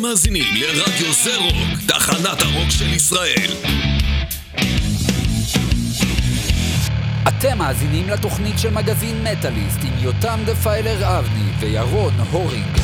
מאזינים לרדיו זה רוק, תחנת הרוק של ישראל. אתם מאזינים לתוכנית של מגזין מטאליסט עם יותם דפיילר אבני וירון הורינג.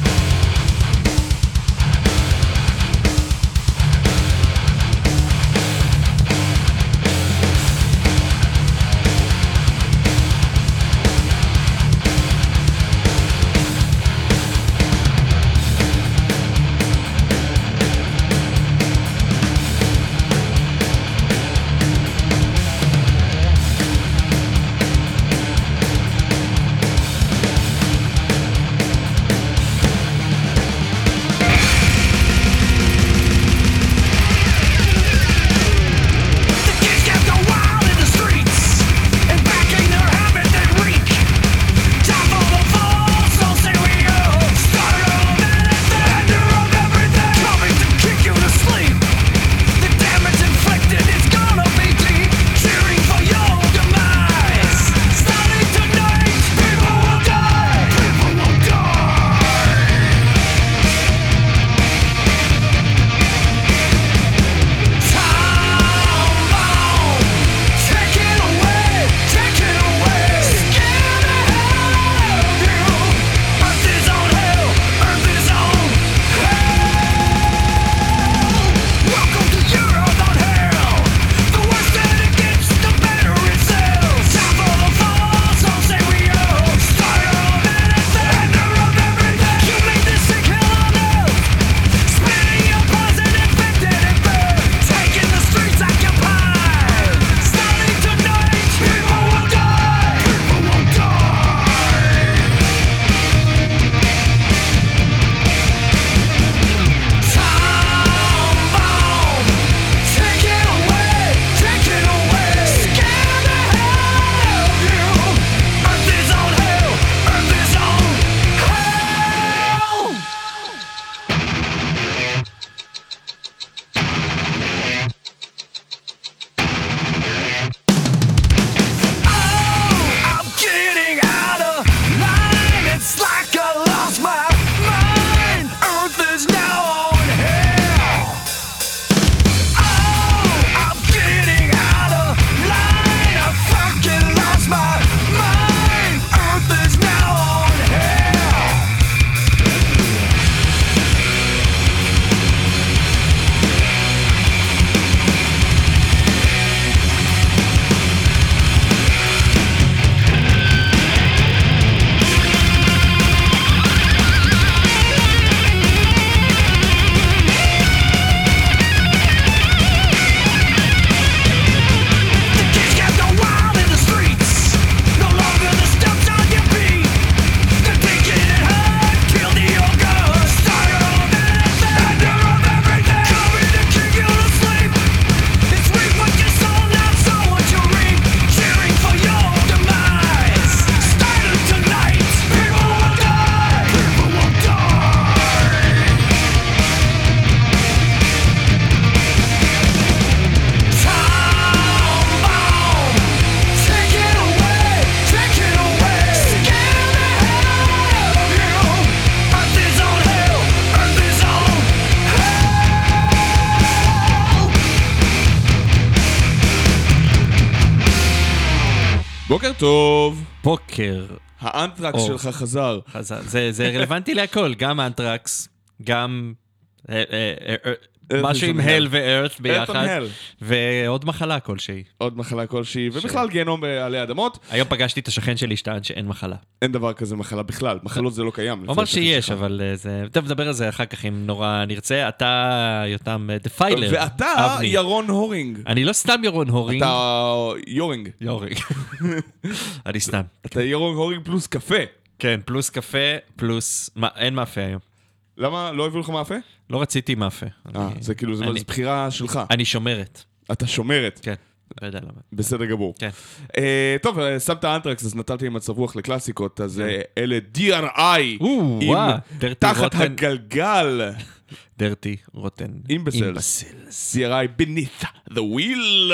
בוקר טוב. בוקר. האנטרקס שלך חזר. זה רלוונטי להכל, גם אנטרקס, גם משהו עם הל וארת ביחד, ועוד מחלה כלשהי. עוד מחלה כלשהי, ובכלל גיהנום בעלי אדמות. היום פגשתי את השכן שלי שטען שאין מחלה. אין דבר כזה מחלה בכלל, מחלות זה לא קיים. הוא אמר שיש, אבל זה... טוב, נדבר על זה אחר כך אם נורא נרצה. אתה, יותם דפיילר. ואתה ירון הורינג. אני לא סתם ירון הורינג. אתה יורינג. יורינג. אני סתם. אתה ירון הורינג פלוס קפה. כן, פלוס קפה, פלוס... אין מאפה היום. למה? לא הביאו לך מאפה? לא רציתי מאפה. זה כאילו, זה בחירה שלך. אני שומרת. אתה שומרת. כן. לא יודע למה. בסדר גמור. כן. טוב, שמת האנטרקס, אז נתתי עם מצב רוח לקלאסיקות, אז אלה DRI עם תחת הגלגל. דרטי רוטן. אימבסלס. DRI beneath the wheel.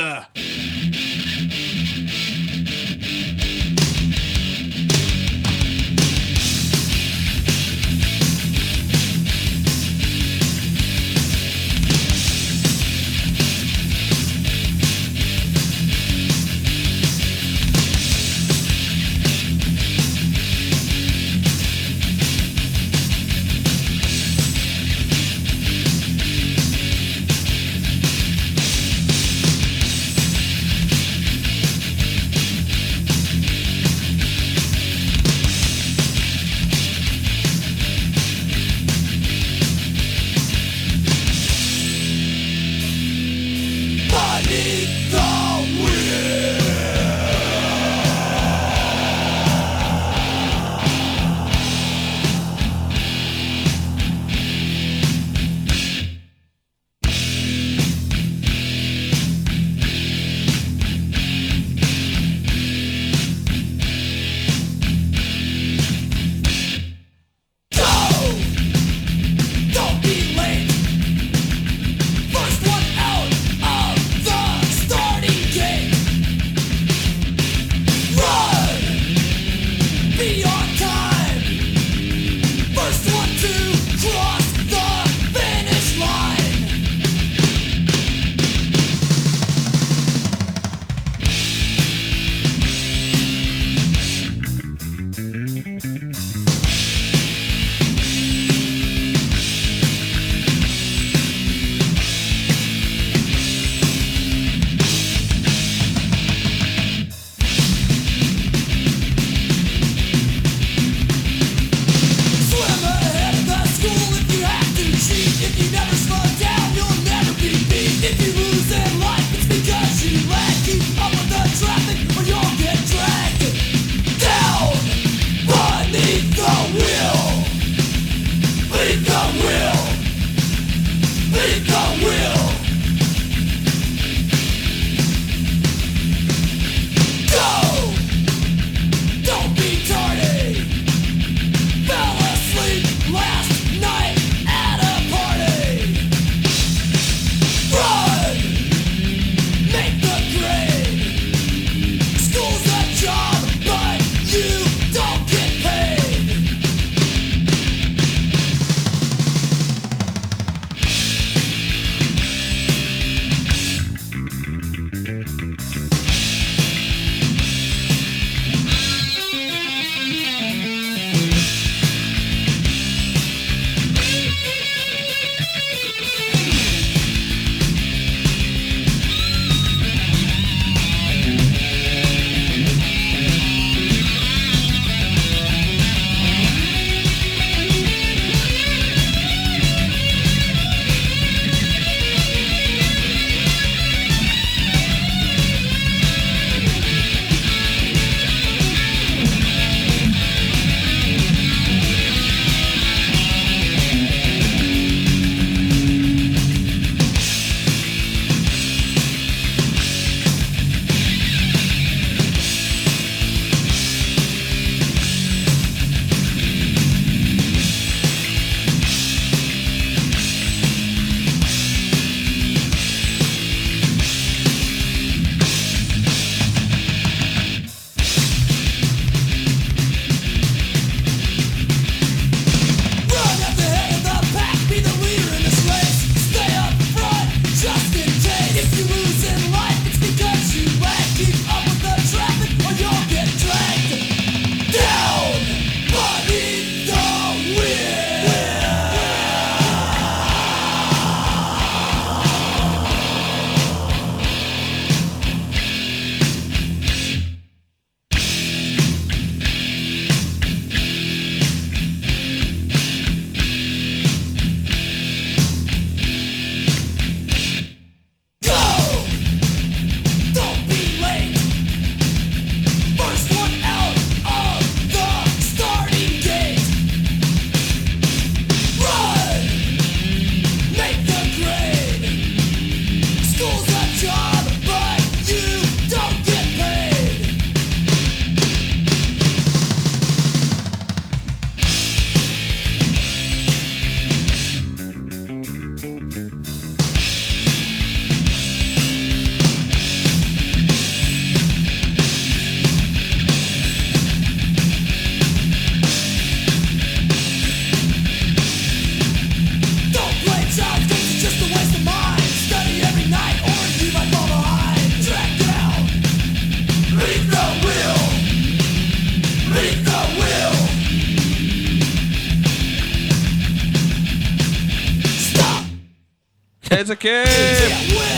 איזה כיף!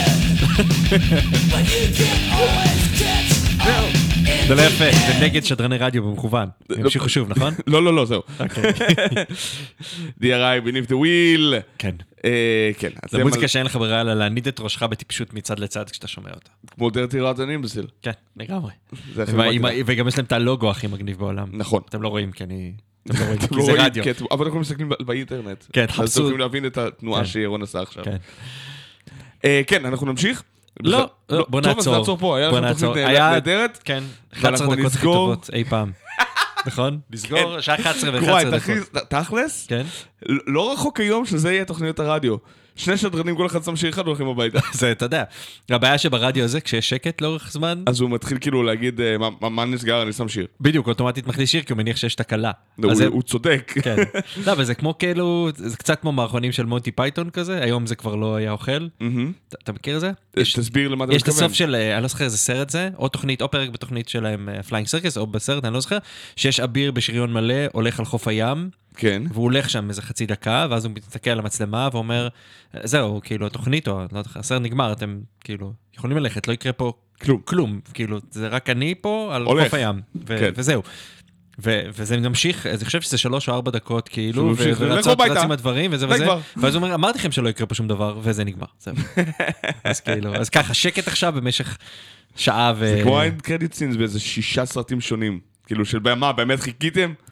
זה לא יפה, זה נגד שדרני רדיו במכוון. המשיכו שוב, נכון? לא, זהו. DRI beneath the wheel. כן. כן. זו מוזיקה שאין לך ברירה אלא להניד את ראשך בטיפשות מצד לצד כשאתה שומע אותה. כמו דרטי רטן אימבסיל. כן, לגמרי. וגם יש להם את הלוגו הכי מגניב בעולם. נכון. אתם לא רואים, כי זה רדיו. אבל אנחנו מסתכלים באינטרנט. כן, אז אתם יכולים להבין את התנועה שירון עשה עכשיו. כן, אנחנו נמשיך. לא, בוא נעצור. טוב, אז נעצור פה, היה לנו תוכנית נהדרת. כן, 11 דקות הכי טובות אי פעם. נכון? לסגור, שעה 11 ו-11 דקות. תכלס, כן. לא רחוק היום שזה יהיה תוכניות הרדיו. שני שדרנים, כל אחד שם שיר אחד והולכים הביתה. זה, אתה יודע. הבעיה שברדיו הזה, כשיש שקט לאורך זמן... אז הוא מתחיל כאילו להגיד, מה נסגר, אני שם שיר. בדיוק, אוטומטית מכניס שיר, כי הוא מניח שיש תקלה. הוא צודק. כן. לא, אבל זה כמו כאילו, זה קצת כמו מערכונים של מונטי פייתון כזה, היום זה כבר לא היה אוכל. אתה מכיר את זה? תסביר למה אתה מתכוון. יש את הסוף של, אני לא זוכר איזה סרט זה, או תוכנית, או פרק בתוכנית שלהם, פליינג סרקס, או בסרט, אני לא זוכר, שיש אביר בשריון מלא, הולך על חוף הים, כן. והוא הולך שם איזה חצי דקה, ואז הוא מתסתכל על המצלמה ואומר, זהו, כאילו, התוכנית, או, לא יודע, הסרט נגמר, אתם, כאילו, יכולים ללכת, לא יקרה פה כלום, כאילו, זה רק אני פה על חוף הים, וזהו. וזה ממשיך, אז אני חושב שזה 3 או 4 דקות, כאילו, ורצות עם הדברים, וזה וזה, ואז הוא אומר, אמרתי לכם שלא יקרה פה שום דבר, וזה נגמר, זהו. אז כאילו, אז ככה, שקט עכשיו במשך שעה זה כמו האנד קרדיט סינס באיזה 6 סרטים שונים, כאילו, של מה, באמת חיכיתם? כן.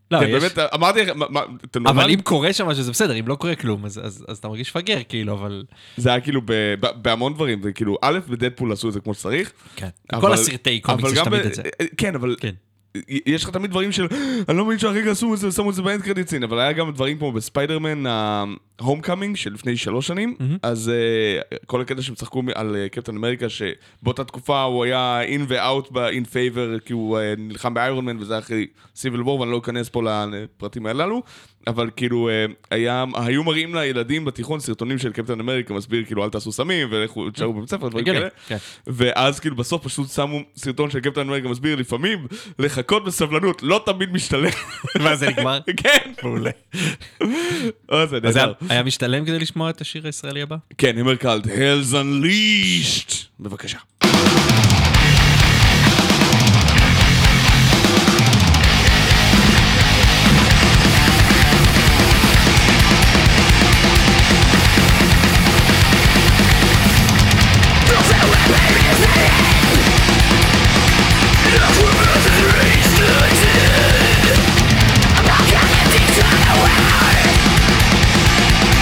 לא, כן, יש... באמת, אמרתי, אבל אם קורה שם משהו, זה בסדר, אם לא קורה כלום, אז אתה מרגיש פגר, כאילו, אבל... זה היה כאילו בהמון דברים, זה כאילו, א', בדדפול עשו את זה כמו שצריך. כן, כל הסרטי קומיקס יש תמיד את זה. כן, אבל... יש לך תמיד דברים של, אני לא מבין שהרגע עשו את זה ושמו את זה באנד קרדיטסין, אבל היה גם דברים כמו בספיידרמן, הום-קאמינג של לפני 3 שנים, אז כל הקטע שהם צחקו על קפטן אמריקה, שבאותה תקופה הוא היה in ו-out ב-in favor, כי הוא נלחם באיירון מן, וזה אחרי סיביל וור, ואני לא אכנס פה לפרטים הללו, אבל כאילו, היו מראים לילדים בתיכון סרטונים של קפטן אמריקה, מסביר כאילו, אל תעשו סמים, ולכו תשארו בבית ספר, דברים כאלה, ואז כאילו בסוף פשוט שמו סרטון של קפטן אמריקה, מסביר לפעמים, לחכות בסבלנות, לא תמיד משתלם. מה, זה נגמר? כן. מעולה. אז היה משתלם כדי לשמוע את השיר הישראלי הבא? כן, אמר קלט, Hell's Unleashed. בבקשה.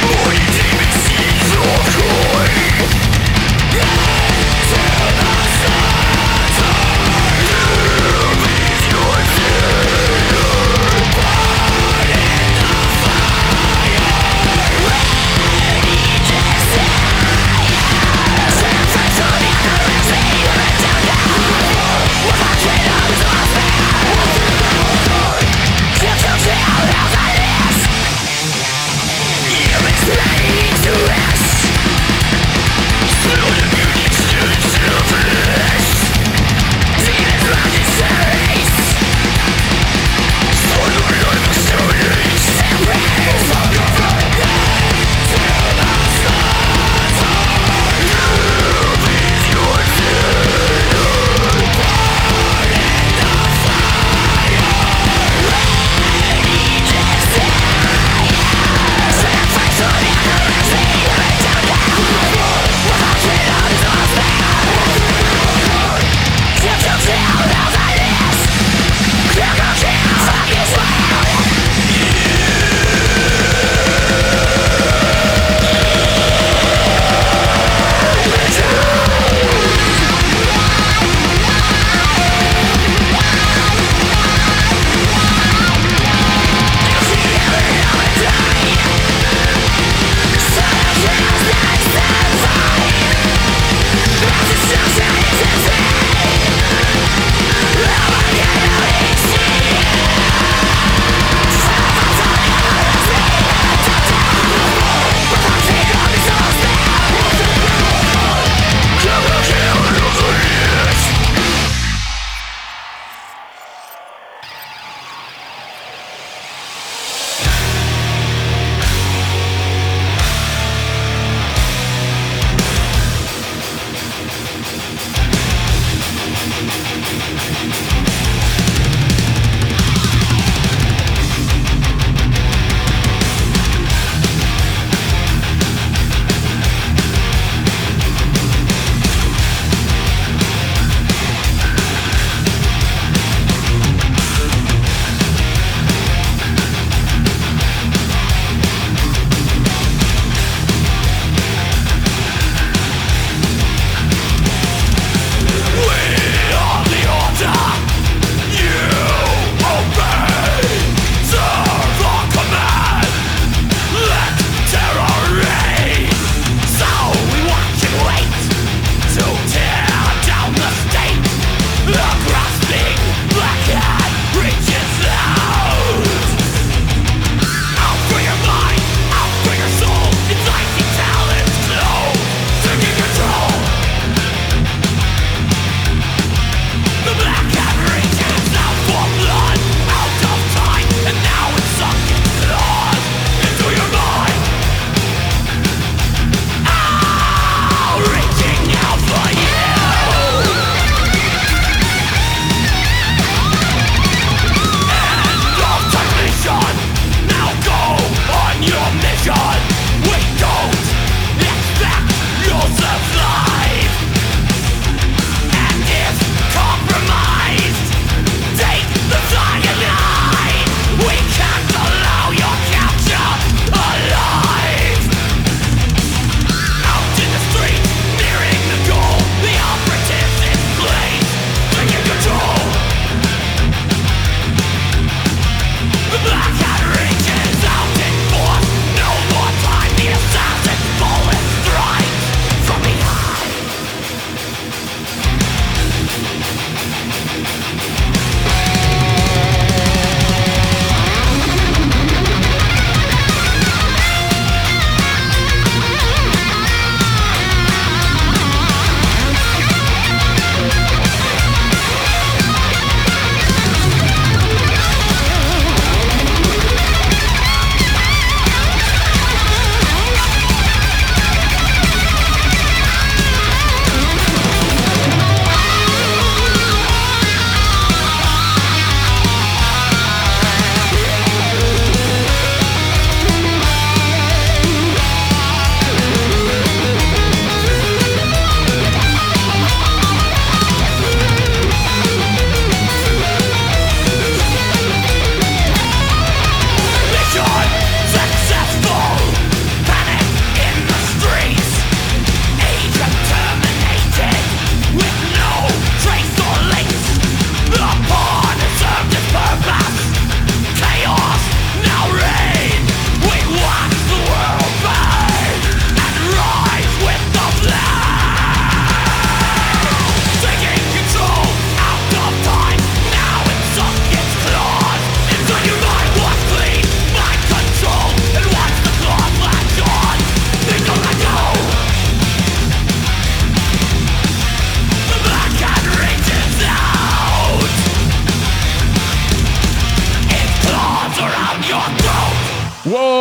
Demons seeds of coin. Turn us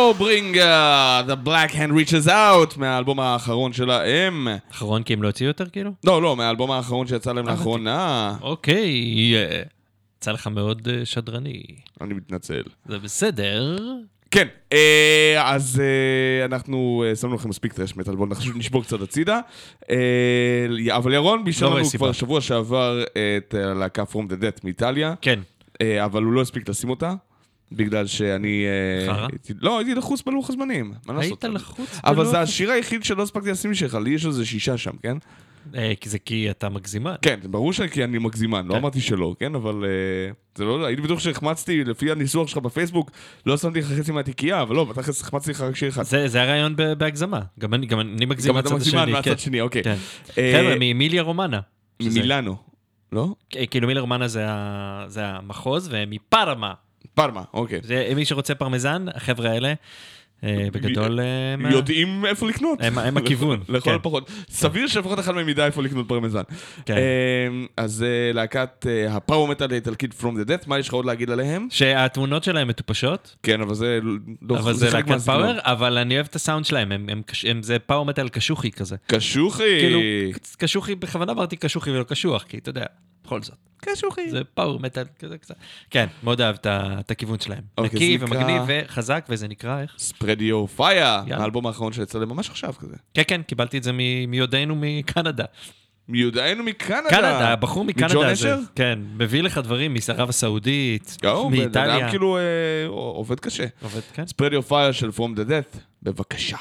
Jawbringer, The Black Hand Reaches Out, מהאלבום האחרון שלהם. אחרון כי הם לא הוציאו יותר כאילו? לא, מהאלבום האחרון שיצא להם לאחרונה. אוקיי, יצא לך מאוד שדרני. אני מתנצל. זה בסדר. כן, אז אנחנו שמנו לכם מספיק טרש מטל, בואו נשבור קצת הצידה. אבל ירון בישר לנו כבר שבוע שעבר את הלהקה From the Death מאיטליה. כן. אבל הוא לא הספיק לשים אותה, בגלל שאני... חרה? לא, הייתי לחוץ בלוח הזמנים. היית לחוץ? אבל זה השיר היחיד שלא הספקתי לשים שלך, לי יש איזה 6 שם, כן? כי אתה מגזימן. כן, ברור כי אני מגזימן, לא אמרתי שלא, כן? אבל זה לא... הייתי בטוח שהחמצתי, לפי הניסוח שלך בפייסבוק, לא שמתי לך חצי מהתיקייה, אבל לא, בתכלס החמצתי לך רק שיר אחד. זה הרעיון בהגזמה. גם אני מגזים מהצד השני. גם אתה מגזימן מהצד שני, אוקיי. חבר'ה, ממיליה רומנה. מילאנו, לא? כאילו מיליה רומנה זה המחוז, ומפרמה. פרמה, אוקיי. מי שרוצה פרמזן, החבר'ה האלה, בגדול... יודעים איפה לקנות. הם הכיוון. לכל הפחות. סביר שלפחות אחד מהם ידע איפה לקנות פרמזן. אז להקת הפאוור מטל האיטלקית From the Death, מה יש לך עוד להגיד עליהם? שהתמונות שלהם מטופשות. כן, אבל זה... אבל זה להקת פאוור, אבל אני אוהב את הסאונד שלהם, זה פאוור מטל קשוחי כזה. קשוחי! כאילו, קשוחי, בכוונה אמרתי קשוחי ולא קשוח, כי אתה יודע, בכל זאת. קשוחי. זה פאוור מטל כזה קצת. כן, מאוד אהב את הכיוון שלהם. נקי ומגניב וחזק, וזה נקרא איך? Spread Your Fire, האלבום האחרון שיצא להם ממש עכשיו כזה. כן, קיבלתי את זה מיודענו מקנדה. מיודענו מקנדה? קנדה, בחור מקנדה. מג'ון אשר? כן, מביא לך דברים מערב הסעודית, מאיטליה. אדם כאילו עובד קשה. עובד, כן. Spread Your Fire של From the Death, בבקשה.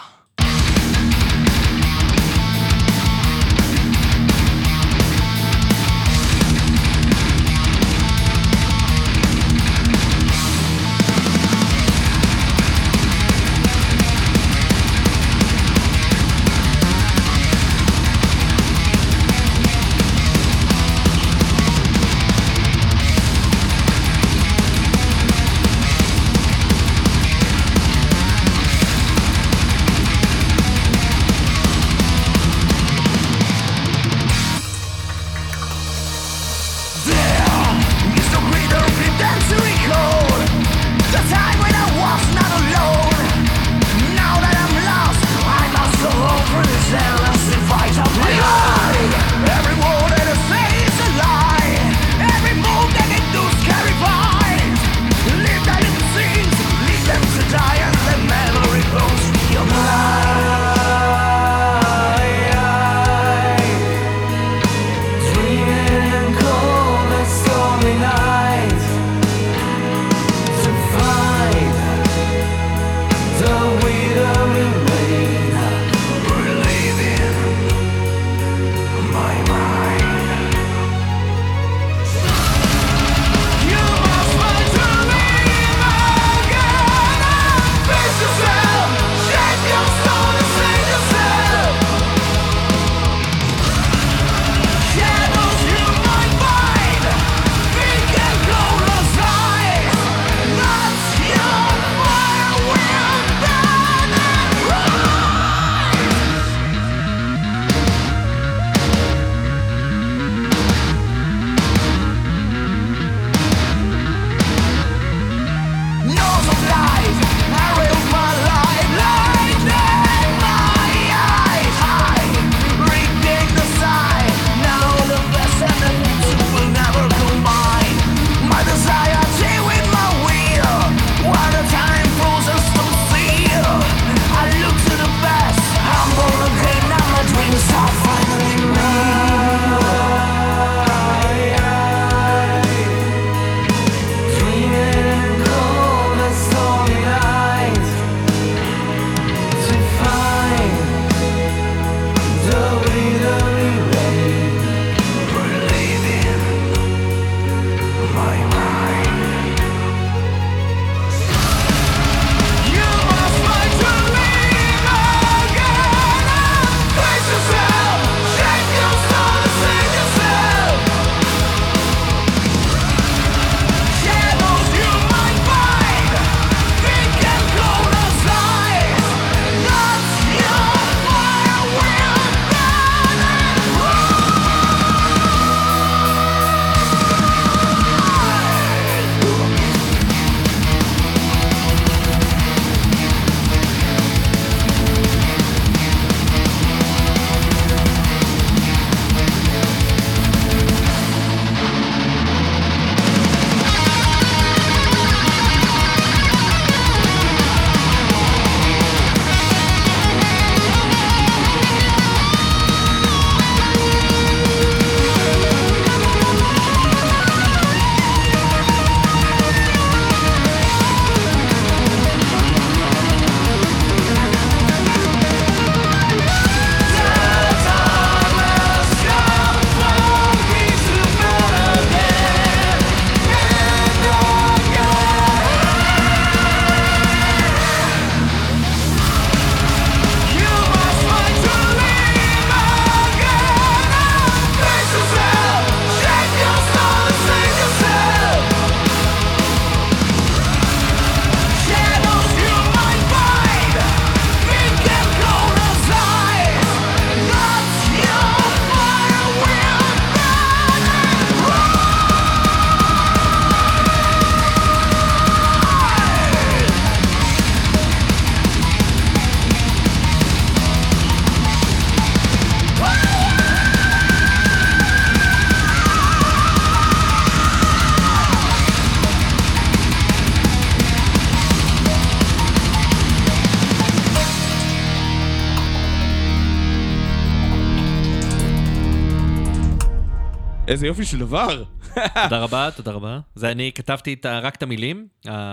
איזה יופי של דבר. תודה רבה, תודה רבה. זה אני כתבתי רק את המילים,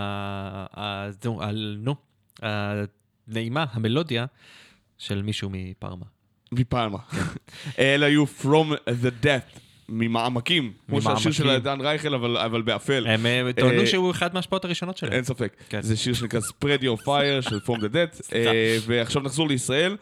הנעימה, המלודיה של מישהו מפרמה. מפרמה. אלה היו From the Death, ממעמקים, כמו שהשיר של דן רייכל, אבל באפל. הם טוענו שהוא אחד מההשפעות הראשונות שלהם. אין ספק. זה שיר שנקרא Spread Your Fire של From the Death, ועכשיו נחזור לישראל.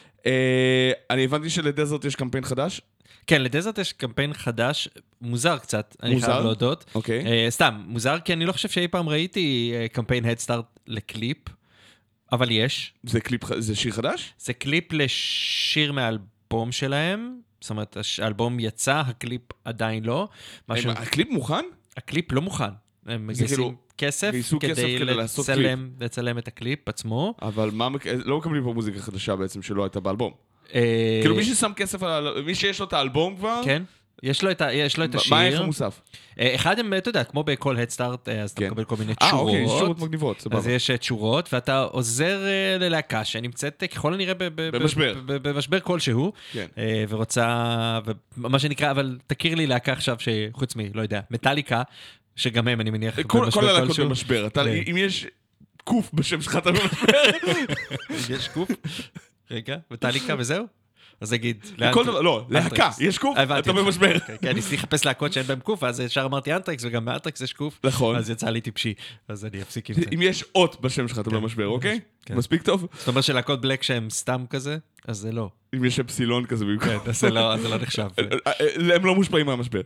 אני הבנתי שלדזרט יש קמפיין חדש. כן, לדזרט יש קמפיין חדש, מוזר קצת, אני חייב להודות. אוקיי. סתם, מוזר, כי אני לא חושב שאי פעם ראיתי קמפיין הדסטארט לקליפ, אבל יש. זה שיר חדש? זה קליפ לשיר מהאלבום שלהם, זאת אומרת, האלבום יצא, הקליפ עדיין לא. הקליפ מוכן? הקליפ לא מוכן. הם מגייסים כסף כדי לצלם את הקליפ עצמו. אבל לא מקבלים פה מוזיקה חדשה בעצם שלא הייתה באלבום. כאילו מי ששם כסף, מי שיש לו את האלבום כבר... כן, יש לו את השיר. מה איך המוסף? אחד הם, אתה יודע, כמו בכל הדסטארט, אז אתה מקבל כל מיני תשורות. אוקיי, תשורות מגניבות, סבבה. אז יש תשורות, ואתה עוזר ללהקה שנמצאת ככל הנראה במשבר כלשהו, ורוצה, מה שנקרא, אבל תכיר לי להקה עכשיו שחוץ מי, לא יודע, מטליקה, שגם הם, אני מניח, במשבר כלשהו. כל הלהקות במשבר. אם יש קוף בשם שלך, אתה במשבר. אם יש קוף? רגע, מטליקה וזהו? אז אגיד... לא, להקה, יש קוף, אתה במשבר. כן, ניסיתי לחפש להקות שאין בהם קוף, אז ישר אמרתי אנטריקס, וגם מאנטריקס יש קוף. נכון. אז יצא לי טיפשי, אז אני אפסיק עם זה. אם יש אות בשם שלך, אתה במשבר, אוקיי? מספיק טוב? זאת אומרת שלהקות בלק שהם סתם כזה, אז זה לא. אם יש אפסילון כזה במקום. כן, אז זה לא נחשב. הם לא מושפעים מהמשבר.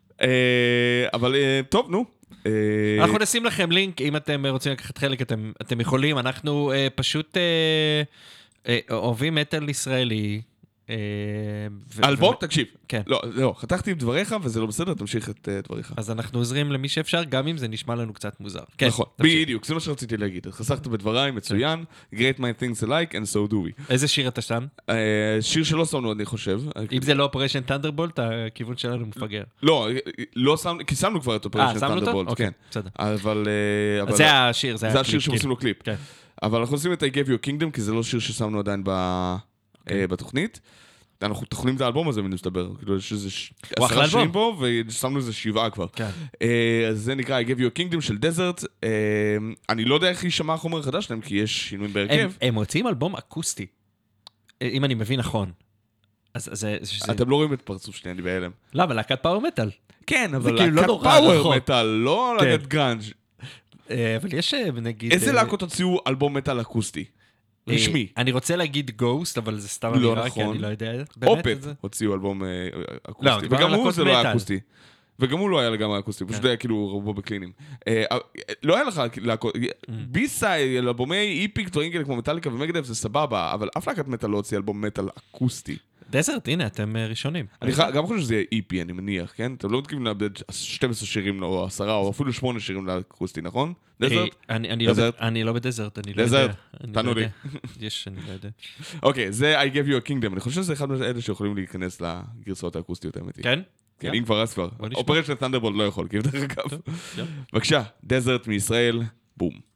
אבל טוב, נו. אנחנו נשים לכם לינק, אם אתם רוצים לקחת חלק, אתם יכולים. אנחנו פשוט אוהבים מטל ישראלי. אלבום? תקשיב. כן. לא, חתכתי עם דבריך, וזה לא בסדר, תמשיך את דבריך. אז אנחנו עוזרים למי שאפשר, גם אם זה נשמע לנו קצת מוזר. נכון, בדיוק, זה מה שרציתי להגיד. חסכת בדבריי, מצוין. Great my things alike, and so do we. איזה שיר אתה שם? שיר שלא שמנו, אני חושב. אם זה לא אופריישן טנדרבולט, הכיוון שלנו מפגר. לא שמנו, כי שמנו כבר את אופריישן טנדרבולט, כן. בסדר. אבל... זה השיר, זה השיר שעושים לו קליפ. אבל אנחנו עושים את I Gave You a Kingdom, כי זה לא שיר ששמנו עדיין בתוכנית. אנחנו תוכנים את האלבום הזה, מסתבר. כאילו, יש איזה 10 שירים פה, ושמנו איזה 7 כבר. אז זה נקרא I Gave You a Kingdom של דזרט. אני לא יודע איך יישמע החומר החדש שלהם, כי יש שינויים בהרכב. הם מוצאים אלבום אקוסטי, אם אני מבין נכון. אתם לא רואים את פרצוף שלי, אני בהלם. לא, אבל להקת פאוור מטל. כן, אבל להקת פאוור מטל, לא להקת גראנג'. אבל יש, נגיד... איזה להקות הוציאו אלבום מטל אקוסטי? רשמי. אני רוצה להגיד גוסט, אבל זה סתם אמירה, כי אני לא יודע. אופת הוציאו אלבום אקוסטי, וגם הוא זה לא היה אקוסטי. וגם הוא לא היה לגמרי אקוסטי, פשוט היה כאילו רובו בקלינים. לא היה לך להקות, בי-סייד, אלבומי איפיק, דברים כאלה כמו מטליקה ומגדף, זה סבבה, אבל אף להקת מטל לא הוציא אלבום מטל אקוסטי. דזרט, הנה, אתם ראשונים. אני גם חושב שזה יהיה איפי, אני מניח, כן? אתם לא מתכוונים לאבד 12 שירים, או 10, או אפילו 8 שירים לאקוסטי, נכון? דזרט? אני לא בדזרט, אני לא יודע. דזרט, תנו לי. יש, אני לא יודע. אוקיי, זה I Gave You a Kingdom. אני חושב שזה אחד מאלה שיכולים להיכנס לגרסאות האקוסטיות האמיתי. כן? כן, אם כבר אז כבר. אופריישן טנדרבולט לא יכול, כי דרך אגב. בבקשה, דזרט מישראל, בום.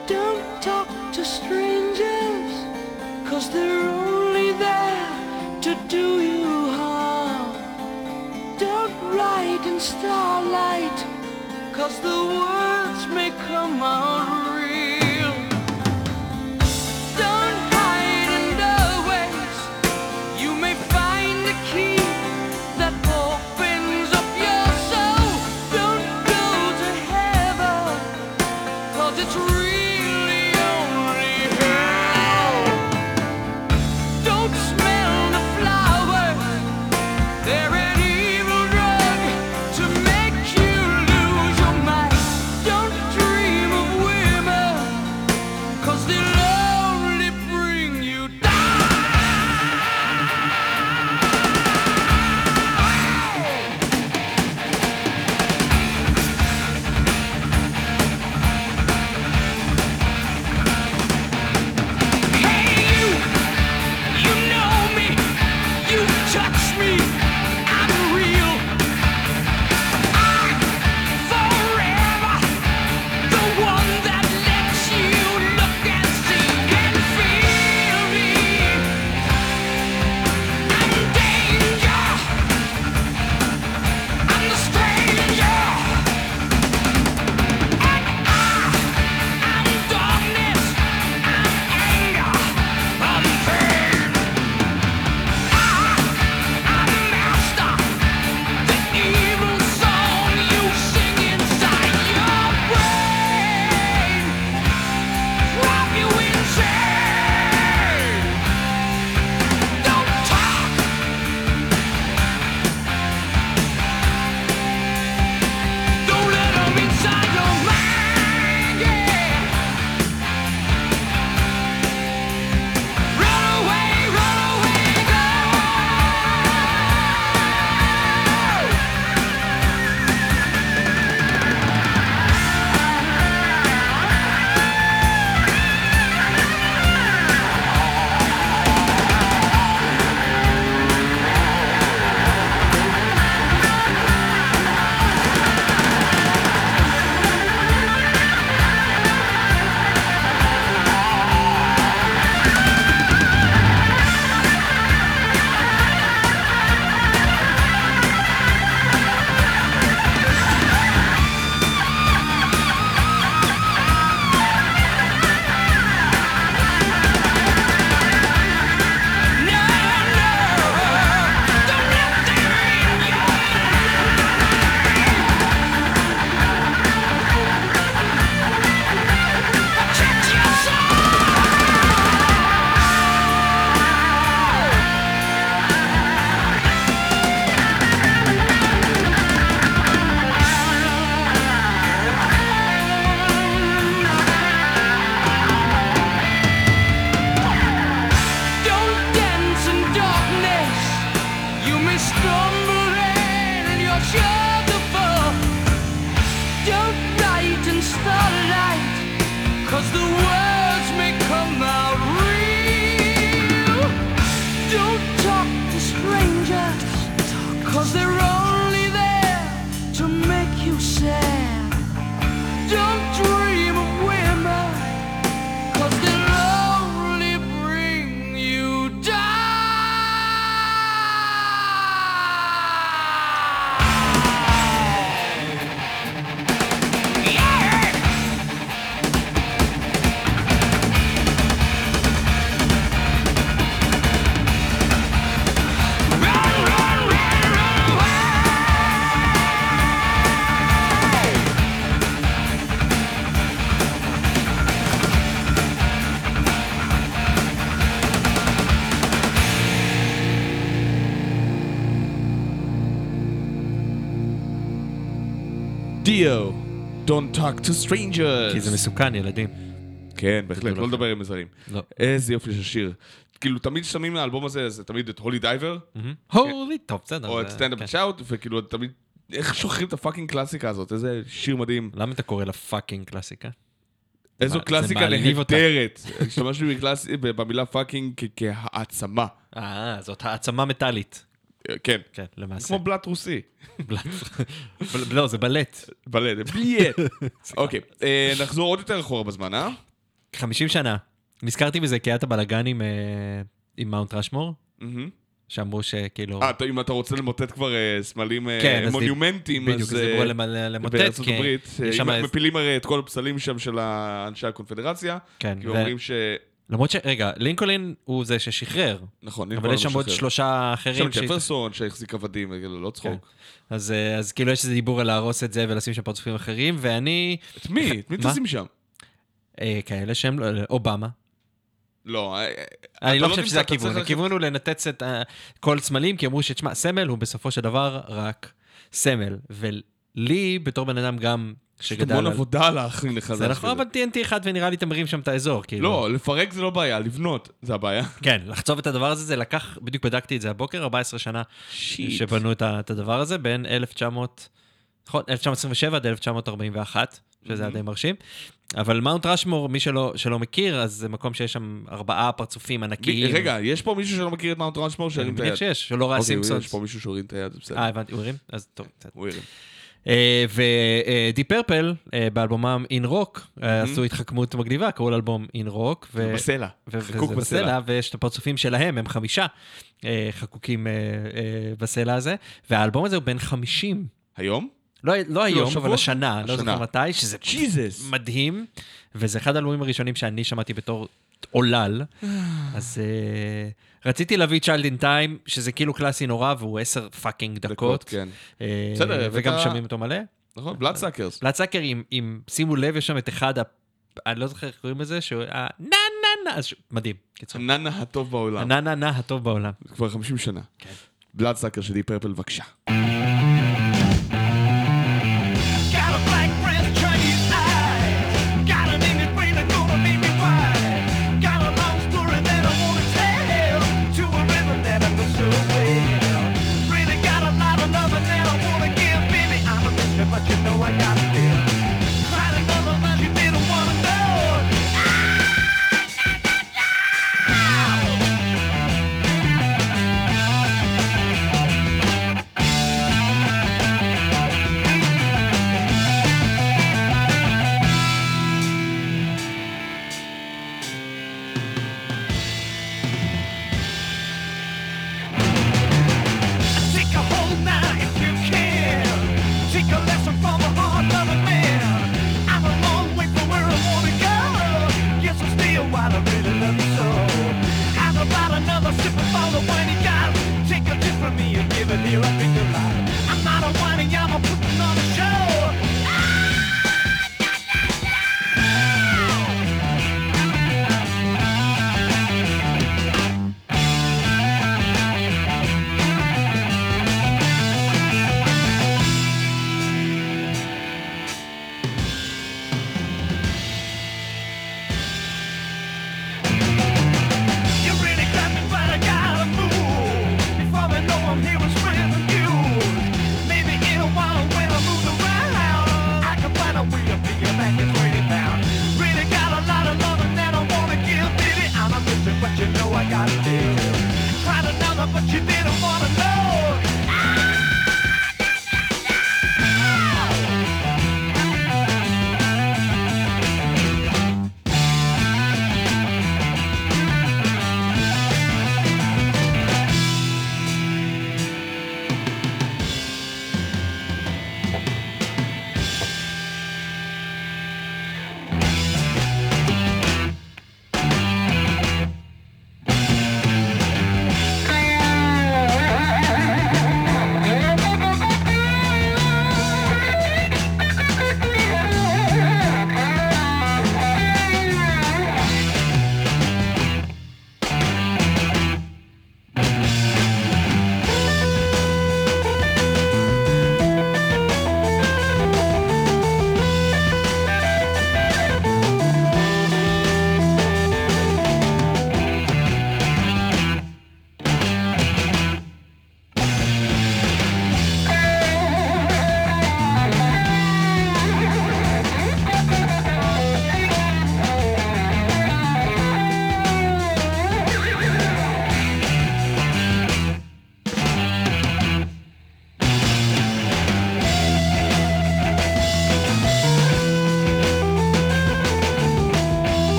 Don't talk to strangers, 'cause they're only there to do you harm. Don't write in starlight, 'cause the words may come out real. Don't hide in doorways, you may find the key that opens up your soul. Don't go to heaven, 'cause it's really only hell. Don't smell the flowers, they're an evil drug to make you lose your mind. Don't dream of women, 'cause they'll only bring you down. Hey you know me, you touch me, I'm real. I'm forever the one that lets you look and see and feel me. I'm danger, I'm the stranger, and I'm darkness, I'm anger, I'm pain. I'm master, the evil song you sing inside your brain, drive you insane. Don't talk, don't let 'em inside your mind, yeah. Run away, go. Don't dance in darkness, you may stumble and you're sure to fall. Don't write in starlight, 'cause the words may come out real. Don't talk to strangers, 'cause they're only there to make you sad. Don't dream of women, 'cause they'll only bring you down. Yeah! Run away! דיו, Don't talk to strangers. כי זה מסוכן, ילדים. כן, בהחלט, לא לדבר עם זרים. לא. איזה יופי של שיר. כאילו, תמיד שמים מהאלבום הזה, זה תמיד את הולי דייבר, הולי, טוב, בסדר. או את סטנד אפ שאוט, וכאילו, תמיד, איך שוכחים את הפאקינג קלאסיקה הזאת, איזה שיר מדהים. למה אתה קורא לה פאקינג קלאסיקה? איזו זה קלאסיקה מעליב אותה. נהדרת. השתמשנו במילה פאקינג כהעצמה. זאת העצמה מטאלית. כן. כן, למעשה. כמו בלט רוסי. לא, זה בלט. בלט, בלט. אוקיי, נחזור עוד יותר אחורה בזמן, אה? 50 שנה. נזכרתי בזה כי היה את הבלגן עם מאונט רשמור, שאמרו שכאילו... אם אתה רוצה למוטט כבר סמלים מונומנטים, בדיוק, אז דיברו למוטט, בארצות הברית, מפילים הרי את כל הפסלים שם של אנשי הקונפדרציה, כי אומרים ש... למרות רגע, לינקולן הוא זה ששחרר. נכון, אבל יש שם עוד 3 אחרים. שם ג'פרסון שהחזיק עבדים, לא צחוק. אז כאילו יש איזה דיבור על להרוס את זה ולשים שם פרצופים אחרים, ואני... את מי? את מי תשים שם? כאלה שהם, אובמה. לא, אני לא חושב שזה הכיוון. הכיוון הוא לנתץ את כל סמלים, כי אמרו שתשמע, סמל הוא בסופו של דבר רק סמל. ולי, בתור בן אדם גם שגדל... המון עבודה להכין לך. זה נכון, אבל TNT אחד ונראה לי תמרים שם את האזור. לא, לפרק זה לא בעיה, לבנות זה הבעיה. כן, לחצוב את הדבר הזה, זה לקח, בדיוק בדקתי את זה הבוקר, 14 שנה שבנו את הדבר הזה, בין 1927 עד 1941, שזה היה די מרשים. אבל מאונט רשמור, מי שלא מכיר, אז זה מקום שיש שם 4 פרצופים ענקיים. רגע, יש פה מישהו שלא מכיר את מאונט רשמור שהרים את היד? אני מניח שיש, שלא ראה סימפסונס. יש פה מישהו שהרים את היד, זה בסדר. הבנתי, הוא הרים? אז טוב. הוא הרים. ודי פרפל, באלבומם אין רוק, עשו התחכמות מגניבה, קראו לאלבום אין רוק. בסלע. חקוק בסלע, ויש את הפרצופים שלהם, הם 5 חקוקים בסלע הזה, והאלבום הזה הוא בן 50. היום? לא היום, אבל השנה, לא זוכר מתי, שזה מדהים, וזה אחד האלבומים הראשונים שאני שמעתי בתור עולל, אז רציתי להביא Child in Time, שזה כאילו קלאסי נורא, והוא 10 פאקינג דקות, וגם שומעים אותו מלא. נכון, בלאדסאקרס. בלאדסאקר, אם שימו לב, יש שם את אחד, אני לא זוכר איך קוראים לזה, שהוא ננה, אז מדהים. הננה הטוב בעולם. הננה הטוב בעולם. כבר 50 שנה. בלאדסאקר של די פרפל, בבקשה. Got a black friend, Chinese eyes. Got an English brain that's gonna make me wise. Got a long story that I wanna tell to a rhythm that I know so well. Really got a lot of love that I wanna give, baby. I'm a mystery, but you know I gotta feel. Find another man you didn't wanna know.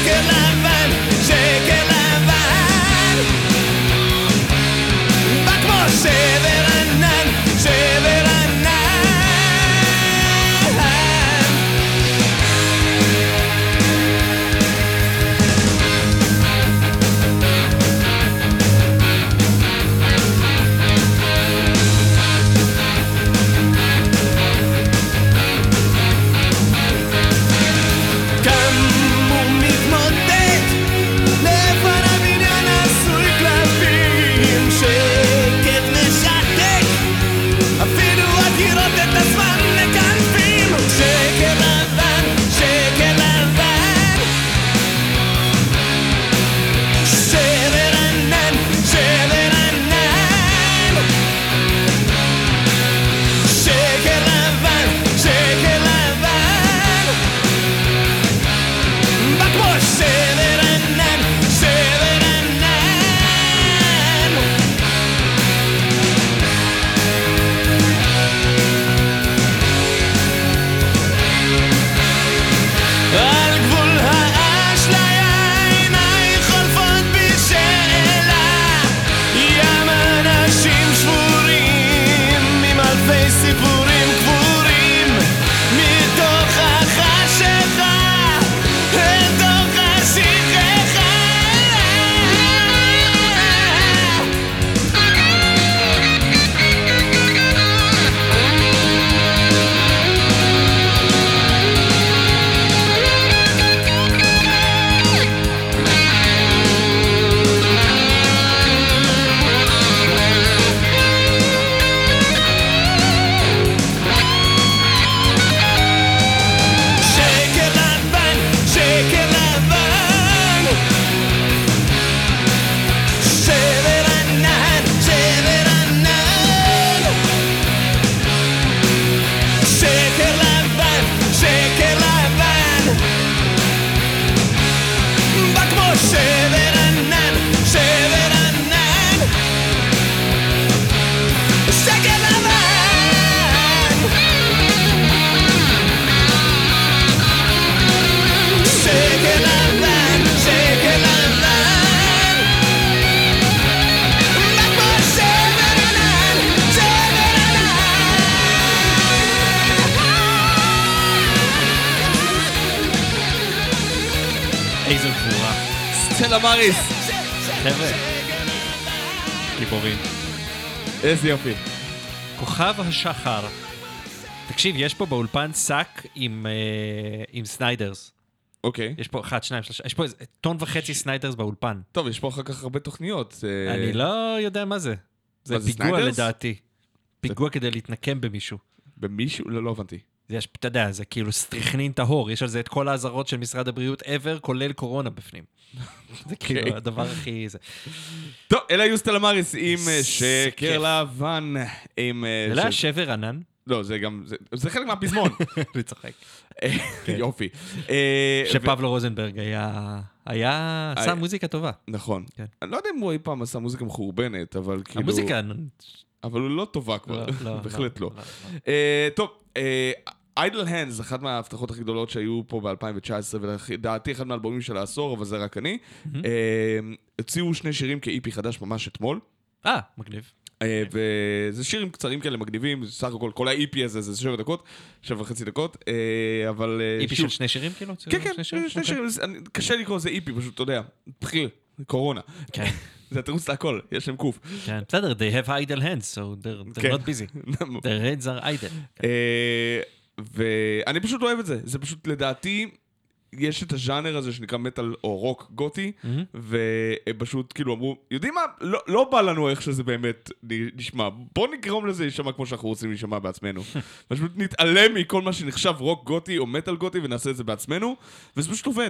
שקר לבן, שקר לבן, בא כמו שבר ענן, שבר ענן. קם ומתמוטט, לפן הבניין עשוי קלפים, שקט משתק, אפילו הקירות את עצמם מקנפים. שקר לבן, שקר לבן, שבר ענן, שבר ענן, שקר לבן, שקר לבן, בא כמו שבר ענן, שבר ענן. על גבול האשליה עיניי חולפות בשאלה, ים אנשים שבורים עם אלפי סיפורים קבורים, מתוך החשכה אל תוך השכחה. שקר לבן, שקר לבן, שבר ענן, שבר ענן, שקר לבן, שקר לבן, בא כמו שבר ענן, שבר ענן, שקר לבן, שקר לבן, שקר לבן, בא כמו שבר ענן, שבר ענן. איזו גבורה. סטלה מאריס. חבר'ה, גיבורים. איזה יופי. כוכב השחר. תקשיב, יש פה באולפן שק עם סניידרס. אוקיי. יש פה 1, 2, 3, יש פה איזה טון וחצי סניידרס באולפן. טוב, יש פה אחר כך הרבה תוכניות. אני לא יודע מה זה. זה מה זה, פיגוע סניידרס? לדעתי. פיגוע כדי להתנקם במישהו. במישהו? לא הבנתי. יש, אתה יודע, זה כאילו סטריכנין טהור, יש על זה את כל האזהרות של משרד הבריאות ever, כולל קורונה בפנים. זה כאילו הדבר הכי... טוב, אלה היו סטלה מאריס עם שקר לבן. זה לא היה שבר ענן? לא, זה גם... זה חלק מהפזמון. אני צוחק. יופי. שפבלו רוזנברג עשה מוזיקה טובה. נכון. כן. אני לא יודע אם הוא אי פעם עשה מוזיקה מחורבנת, אבל כאילו... המוזיקה... אבל הוא לא טובה כבר. בהחלט לא. טוב, Idle Hands, אחת מההבטחות הכי גדולות שהיו פה ב-2019, ולדעתי אחד מהאלבומים של העשור, אבל זה רק אני. הציעו 2 שירים כאיפי חדש ממש אתמול. מגניב. וזה שירים קצרים כאלה מגניבים, סך הכל, כל ה-EP הזה זה 7 דקות, 7.5 דקות, אבל... EP של 2 שירים כאילו? כן, כן, 2 שירים, קשה לקרוא לזה EP, פשוט, אתה יודע, תחיל, קורונה. כן. זה התירוץ להכל, יש להם קוף. כן, בסדר, they have idle hands, so they're not busy. Their hands are idle. ואני פשוט אוהב את זה, זה פשוט לדעתי... יש את הז'אנר הזה שנקרא מטל או רוק גותי, והם פשוט כאילו אמרו, יודעים מה? לא בא לנו איך שזה באמת נשמע. בוא נגרום לזה להישמע כמו שאנחנו רוצים להישמע בעצמנו. פשוט נתעלם מכל מה שנחשב רוק גותי או מטל גותי ונעשה את זה בעצמנו, וזה פשוט עובד.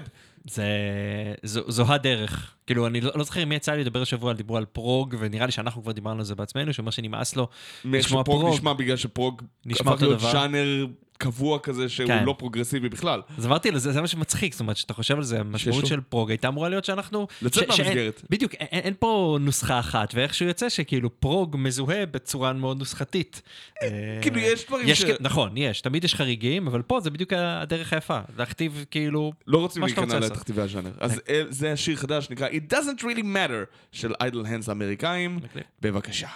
זו הדרך. כאילו, אני לא זוכר מי יצא לי לדבר השבוע, דיברו על פרוג, ונראה לי שאנחנו כבר דיברנו על זה בעצמנו, שאומר שנמאס לו לשמוע פרוג. נשמע בגלל שפרוג נשמע הפך להיות ז'אנר קבוע כזה שהוא כן. לא פרוגרסיבי בכלל. אז אמרתי לו, זה מה שמצחיק, זאת אומרת, שאתה חושב על זה, המשמעות של פרוג הייתה אמורה להיות שאנחנו... לצאת מהמסגרת. בדיוק, אין פה נוסחה אחת, ואיכשהו יוצא שכאילו פרוג מזוהה בצורה מאוד נוסחתית. כאילו יש דברים נכון, יש, תמיד יש חריגים, אבל פה זה בדיוק הדרך היפה, להכתיב כאילו... לא רוצים להיכנע לתכתיבי הז'אנר. אז זה השיר חדש, נקרא It Doesn't Really Matter של Idle Hands האמריקאים. בבקשה.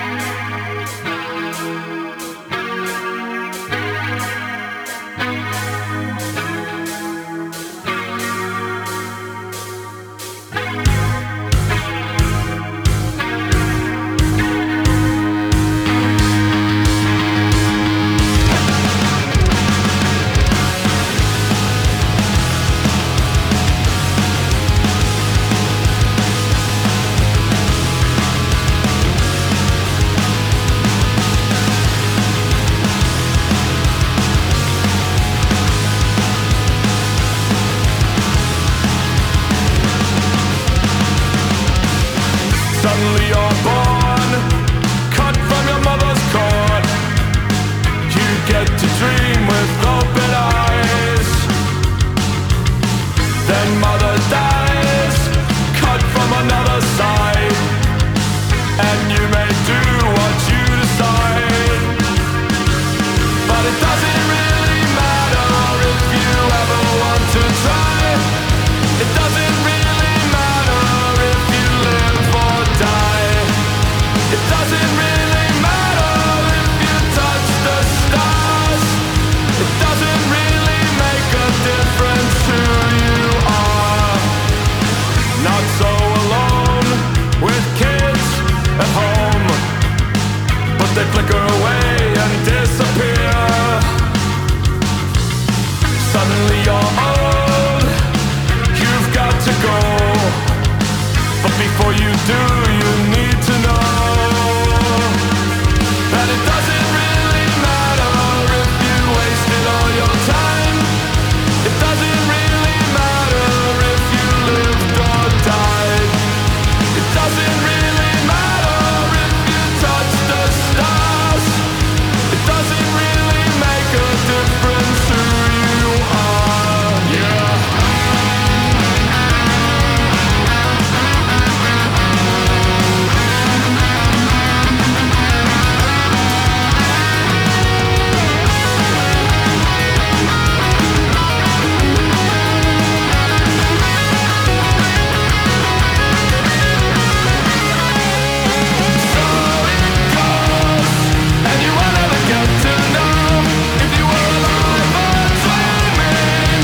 Suddenly you're born, cut from your mother's cord. You get to dream with open eyes. Then mother dies, cut from another side. And you may do what you decide. But it doesn't really matter if you ever want to try. It doesn't really matter if you live or die. It doesn't really matter if you touch the stars. It doesn't really make a difference who you are. Not so alone with kids at home, but they flicker away and disappear. Suddenly you're old, you've got to go. But before you do, you need to know that it doesn't really matter if you wasted all your time. It doesn't really matter if you lived or died. It doesn't really matter if you touched the stars. It doesn't really make a difference who you are. Yeah. And you will never get to know if you were alive or dreaming.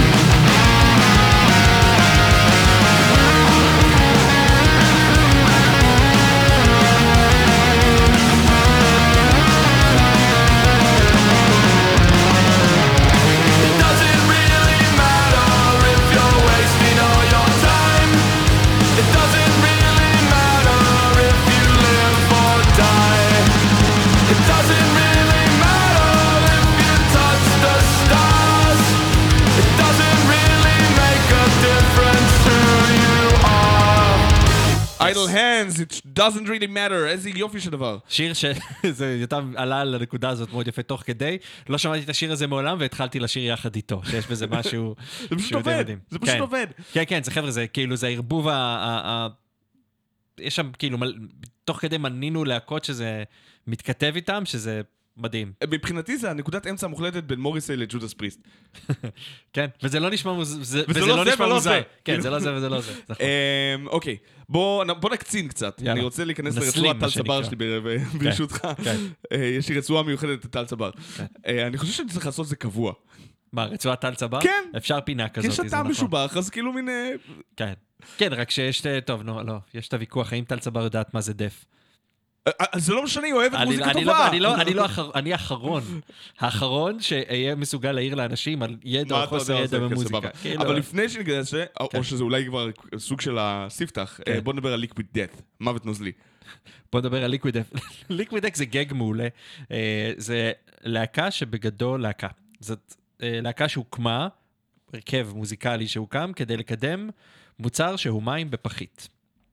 It doesn't really matter if you're wasting all your time. It doesn't really matter if you live or die. It doesn't really matter if you touch the stars. It doesn't really make a difference who you are. Idle Hands, It Doesn't Really Matter. איזה יופי של דבר. שיר שזה יותם עלה לנקודה הזאת מאוד יפה תוך כדי, לא שמעתי את השיר הזה מעולם והתחלתי לשיר יחד איתו, שיש בזה משהו זה פשוט שהוא די עובד, מדהים. זה פשוט כן. עובד. כן, כן, זה חבר'ה, זה כאילו, זה הערבוב יש שם כאילו, תוך כדי מנינו להקות שזה מתכתב איתם, שזה מדהים. מבחינתי זה הנקודת אמצע המוחלטת בין מוריסי לג'ודס פריסט. כן, וזה לא נשמע וזה וזה לא לא זה נשמע ולא מוזר. זה. כן, זה לא זה וזה לא זה. נכון. אוקיי, בוא נקצין קצת. יאללה. אני רוצה להיכנס נסלים, לרצועת מה טל צבר שנקרא. שלי ברשותך. כן. יש לי רצועה מיוחדת לטל צבר. אני חושב שאני צריך לעשות זה קבוע. מה, רצועת טל צבר? כן. אפשר פינה כי כזאת, יש זה הטעם נכון. משובח, אז כאילו מין... כן. כן, רק שיש, טוב, לא, יש את הוויכוח, האם טל צבר יודעת מה זה דף? זה לא משנה, היא אוהבת מוזיקה אני טובה. אני האחרון שיהיה מסוגל להעיר לאנשים על ידע מה או אתה חוסר יודע, ידע זה במוזיקה. סבבה. כאילו, אבל לפני שניכנס לזה, כן. או שזה אולי כבר סוג של הספתח, בוא נדבר על Liquid Death, מוות נוזלי. בוא נדבר על ליקווידק. ליקווידק זה גג מעולה. זה להקה שבגדול להקה. זאת להקה שהוקמה, הרכב מוזיקלי שהוקם, כדי לקדם מוצר שהוא מים בפחית.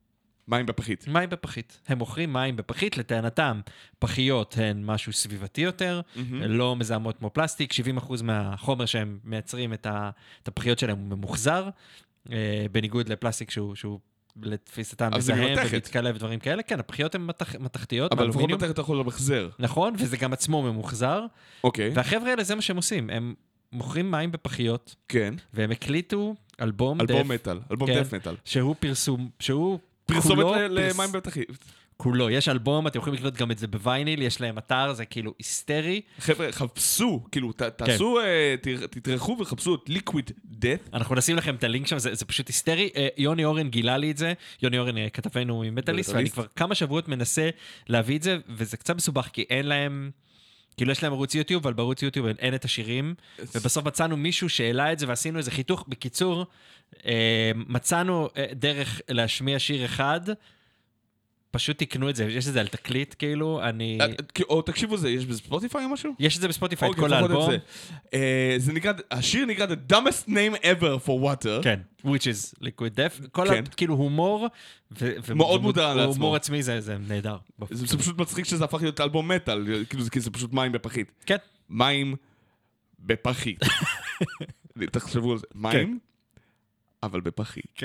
מים בפחית. מים בפחית. הם מוכרים מים בפחית, לטענתם, פחיות הן משהו סביבתי יותר, לא מזהמות כמו פלסטיק, 70% מהחומר שהם מייצרים את הפחיות שלהם הוא ממוחזר, בניגוד לפלסטיק שהוא לתפיסתם מזהם ומתקלה ודברים כאלה. כן, הפחיות הן מתכתיות, אבל לפחות מתכת אתה יכול למחזר. נכון, וזה גם עצמו ממוחזר. אוקיי. והחבר'ה האלה זה מה שהם עושים, הם מוכרים מים בפחיות, כן. והם הקליטו אלבום מטל, אלבום דף מטל. שהוא פרסום, פרסומת למים בפחית. כולו, יש אלבום, אתם יכולים לקנות גם את זה בווייניל, יש להם אתר, זה כאילו היסטרי. חבר'ה, חפשו, כאילו, תעשו, תתרחו וחפשו את ליקוויד דף. אנחנו נשים לכם את הלינק שם, זה פשוט היסטרי. יוני אורן גילה לי את זה, יוני אורן כתבנו ממטליסט, ואני כבר כמה שבועות מנסה להביא את זה, וזה קצת מסובך, כי אין להם... כאילו יש להם ערוץ יוטיוב, אבל בערוץ יוטיוב אין את השירים, ובסוף מצאנו מישהו שהעלה את זה, ועשינו איזה חיתוך. בקיצור, מצאנו דרך להשמיע שיר אחד, פשוט תקנו את זה, יש את זה על תקליט, כאילו, או תקשיבו זה, יש בספוטיפיי או משהו? יש את זה בספוטיפיי, את כל האלבום. זה נקרא, השיר נקרא The Dumbest Name Ever for Water. כן, which is liquid death. כל כאילו הומור, מאוד מודע לעצמו. הומור עצמי זה נהדר. זה פשוט מצחיק שזה הפך להיות אלבום מטל, כאילו זה פשוט מים בפחית. כן. מים בפחית. תחשבו על זה, מים, אבל בפחית. כן.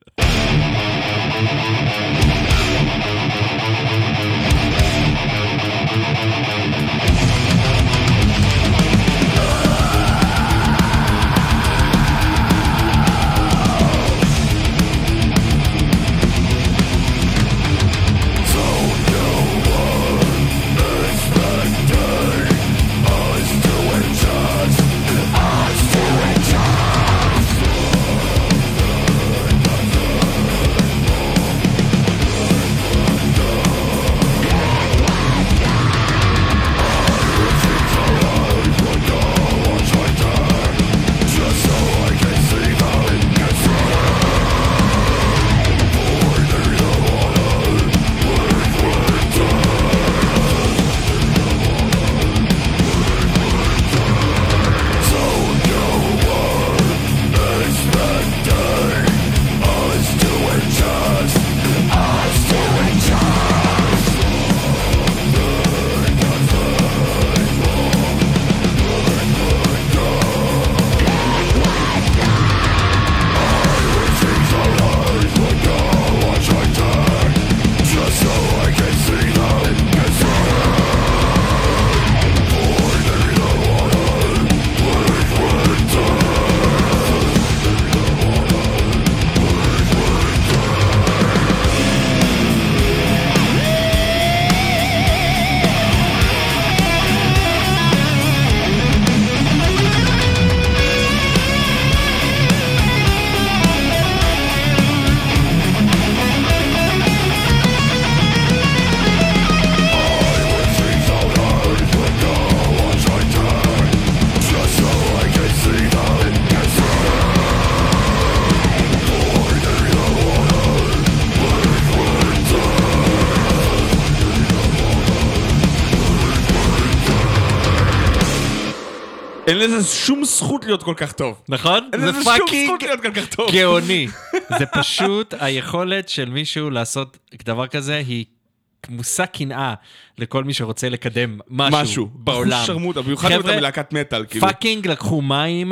אין לזה שום זכות להיות כל כך טוב. נכון? אין זה לזה שום פאקינג זכות להיות כל כך טוב. גאוני. זה פשוט היכולת של מישהו לעשות דבר כזה, היא מושא קנאה לכל מי שרוצה לקדם משהו בעולם. משהו שרמוטה, במיוחד אם אתה מלהקת מטל. פאקינג לקחו מים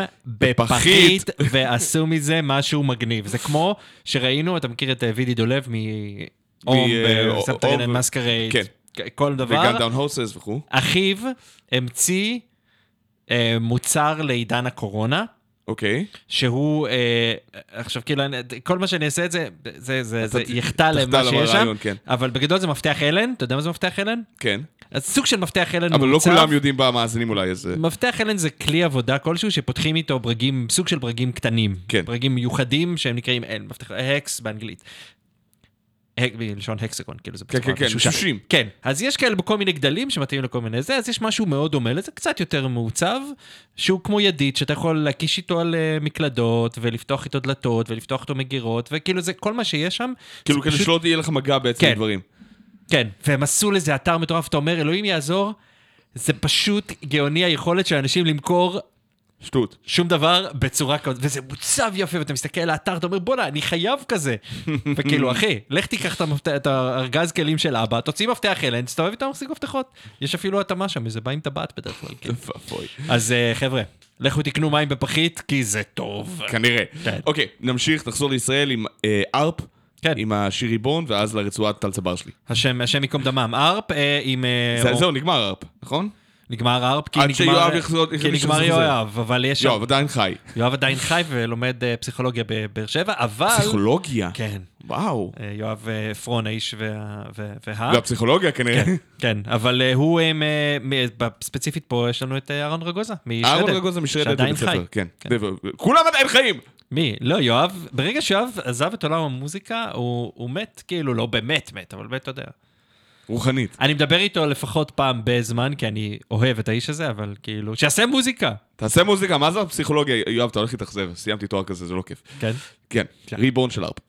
בפחית ועשו מזה משהו מגניב. זה כמו שראינו, אתה מכיר את וידי דולב מאום בסבתרין אנד מסקרייד, כל דבר. וגם דאון הוסס וכו'. אחיו המציא מוצר לעידן הקורונה. אוקיי. שהוא, עכשיו כאילו, כל מה שאני אעשה את זה, זה יחטא למה שיש שם, אבל בגדול זה מפתח אלן, אתה יודע מה זה מפתח אלן? כן. אז סוג של מפתח אלן אבל לא כולם יודעים במאזינים אולי איזה. מפתח אלן זה כלי עבודה כלשהו שפותחים איתו ברגים, סוג של ברגים קטנים. כן. ברגים מיוחדים שהם נקראים מפתח, הקס באנגלית. בלשון הקסגון, כאילו זה בצורה משושה. שושים. כן, אז יש כאלה בכל מיני גדלים שמתאים לכל מיני זה, אז יש משהו מאוד דומה לזה, קצת יותר מעוצב, שהוא כמו ידית, שאתה יכול להקיש איתו על מקלדות, ולפתוח איתו דלתות, ולפתוח איתו מגירות, וכאילו זה כל מה שיש שם. כאילו כדי שלא תהיה לך מגע בעצם דברים. כן, והם עשו לזה אתר מטורף, אתה אומר, אלוהים יעזור, זה פשוט גאוני היכולת של אנשים למכור שטות. שום דבר בצורה כזאת, וזה מוצב יפה, ואתה מסתכל על האתר, אתה אומר, בוא'נה, אני חייב כזה. וכאילו, אחי, לך תיקח את הארגז כלים של אבא, תוציא מפתח אלן, תסתובב איתם מחזיק מפתחות. יש אפילו התאמה שם, זה בא עם טבעת בדרך כלל. פפוי. אז חבר'ה, לכו תקנו מים בפחית, כי זה טוב. כנראה. כן. אוקיי, נמשיך, תחזור לישראל עם ארפ, כן. עם השיר ריבון, ואז לרצועת טל צבר שלי. השם ייקום דמם, ארפ, עם... זהו, נגמר ארפ, נכון? נגמר ארפ, עד שיואב יחזור... כי נגמר יואב, אבל יש... יואב עדיין חי. יואב עדיין חי ולומד פסיכולוגיה בבאר שבע, אבל... פסיכולוגיה? כן. וואו. יואב פרון, האיש והפסיכולוגיה כנראה. כן, אבל הוא, ספציפית פה יש לנו את אהרון רגוזה, משרדת. אהרון רגוזה משרדת שעדיין בבית חי. ספר, כן. כולם עדיין חיים! מי? לא, יואב, ברגע שיואב עזב את עולם המוזיקה, הוא מת, כאילו, לא באמת מת, אבל מת, אתה יודע. רוחנית. אני מדבר איתו לפחות פעם בזמן, כי אני אוהב את האיש הזה, אבל כאילו, שיעשה מוזיקה. תעשה מוזיקה, מה זה הפסיכולוגיה? יואב, אתה הולך להתאכזב, סיימתי תואר כזה, זה לא כיף. כן? כן, ריבון של ארפ.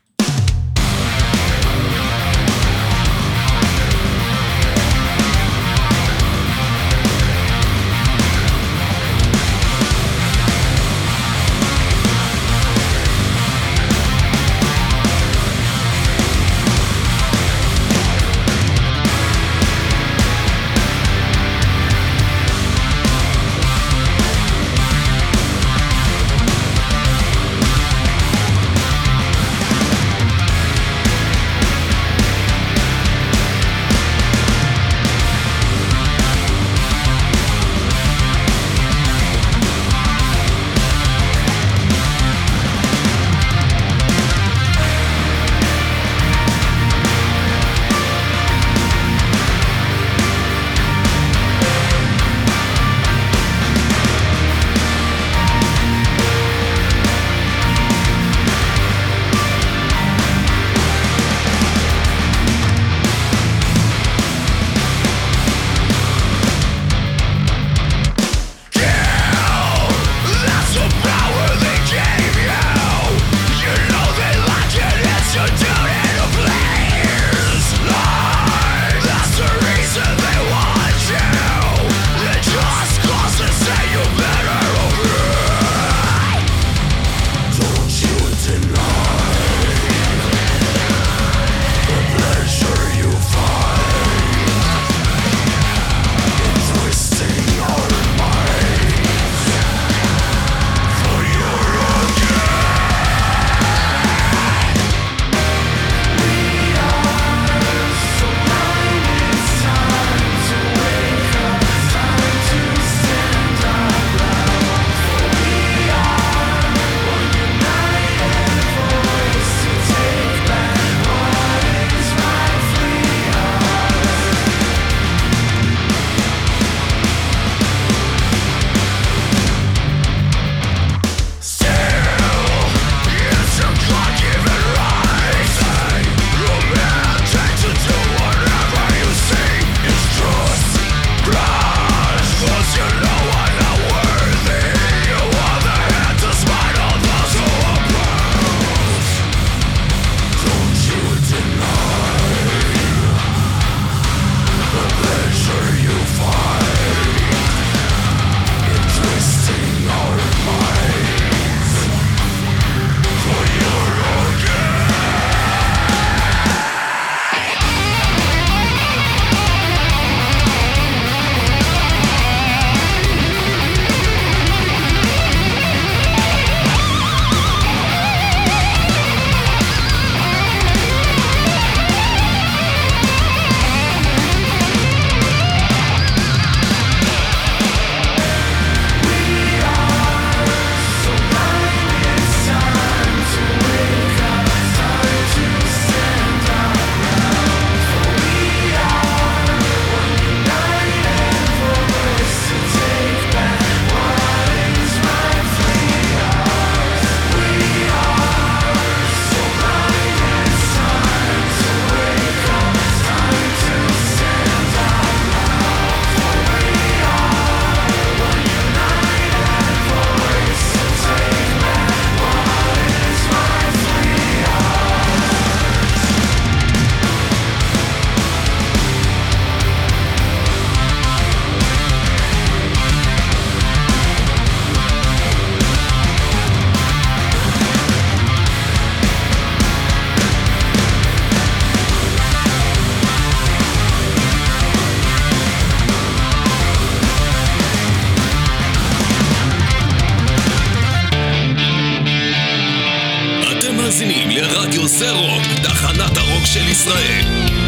תחנת הרוק של ישראל.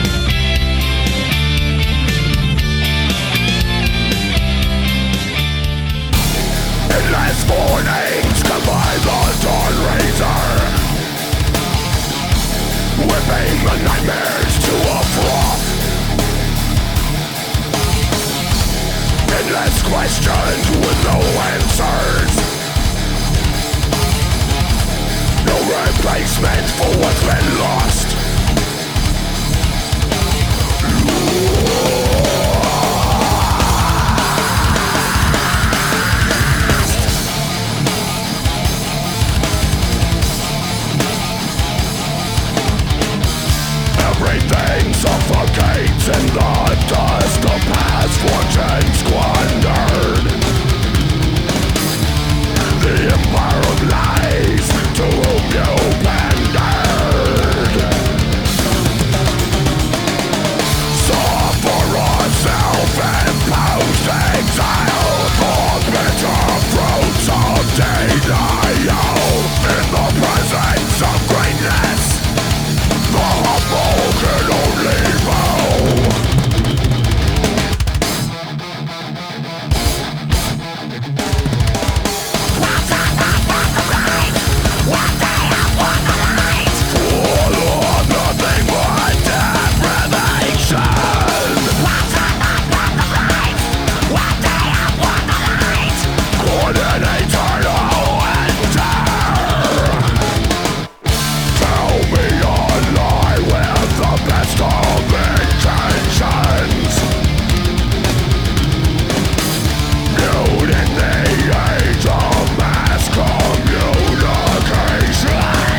Endless mornings come by the dawn razor, whipping the nightmares to a froth. Endless questions with no answers, no replacement for what's been lost. Everything suffocates in the dust of past fortune squandered. The empire of lies to whom you pandered. Suffer a self-imposed exile, the bitter fruits of denial. In the presence of greatness, the humble can only bow. Full of nothing but deprivation. On an eternal enter. Tell me a lie with the best of intentions. Nude in the age of mass communication.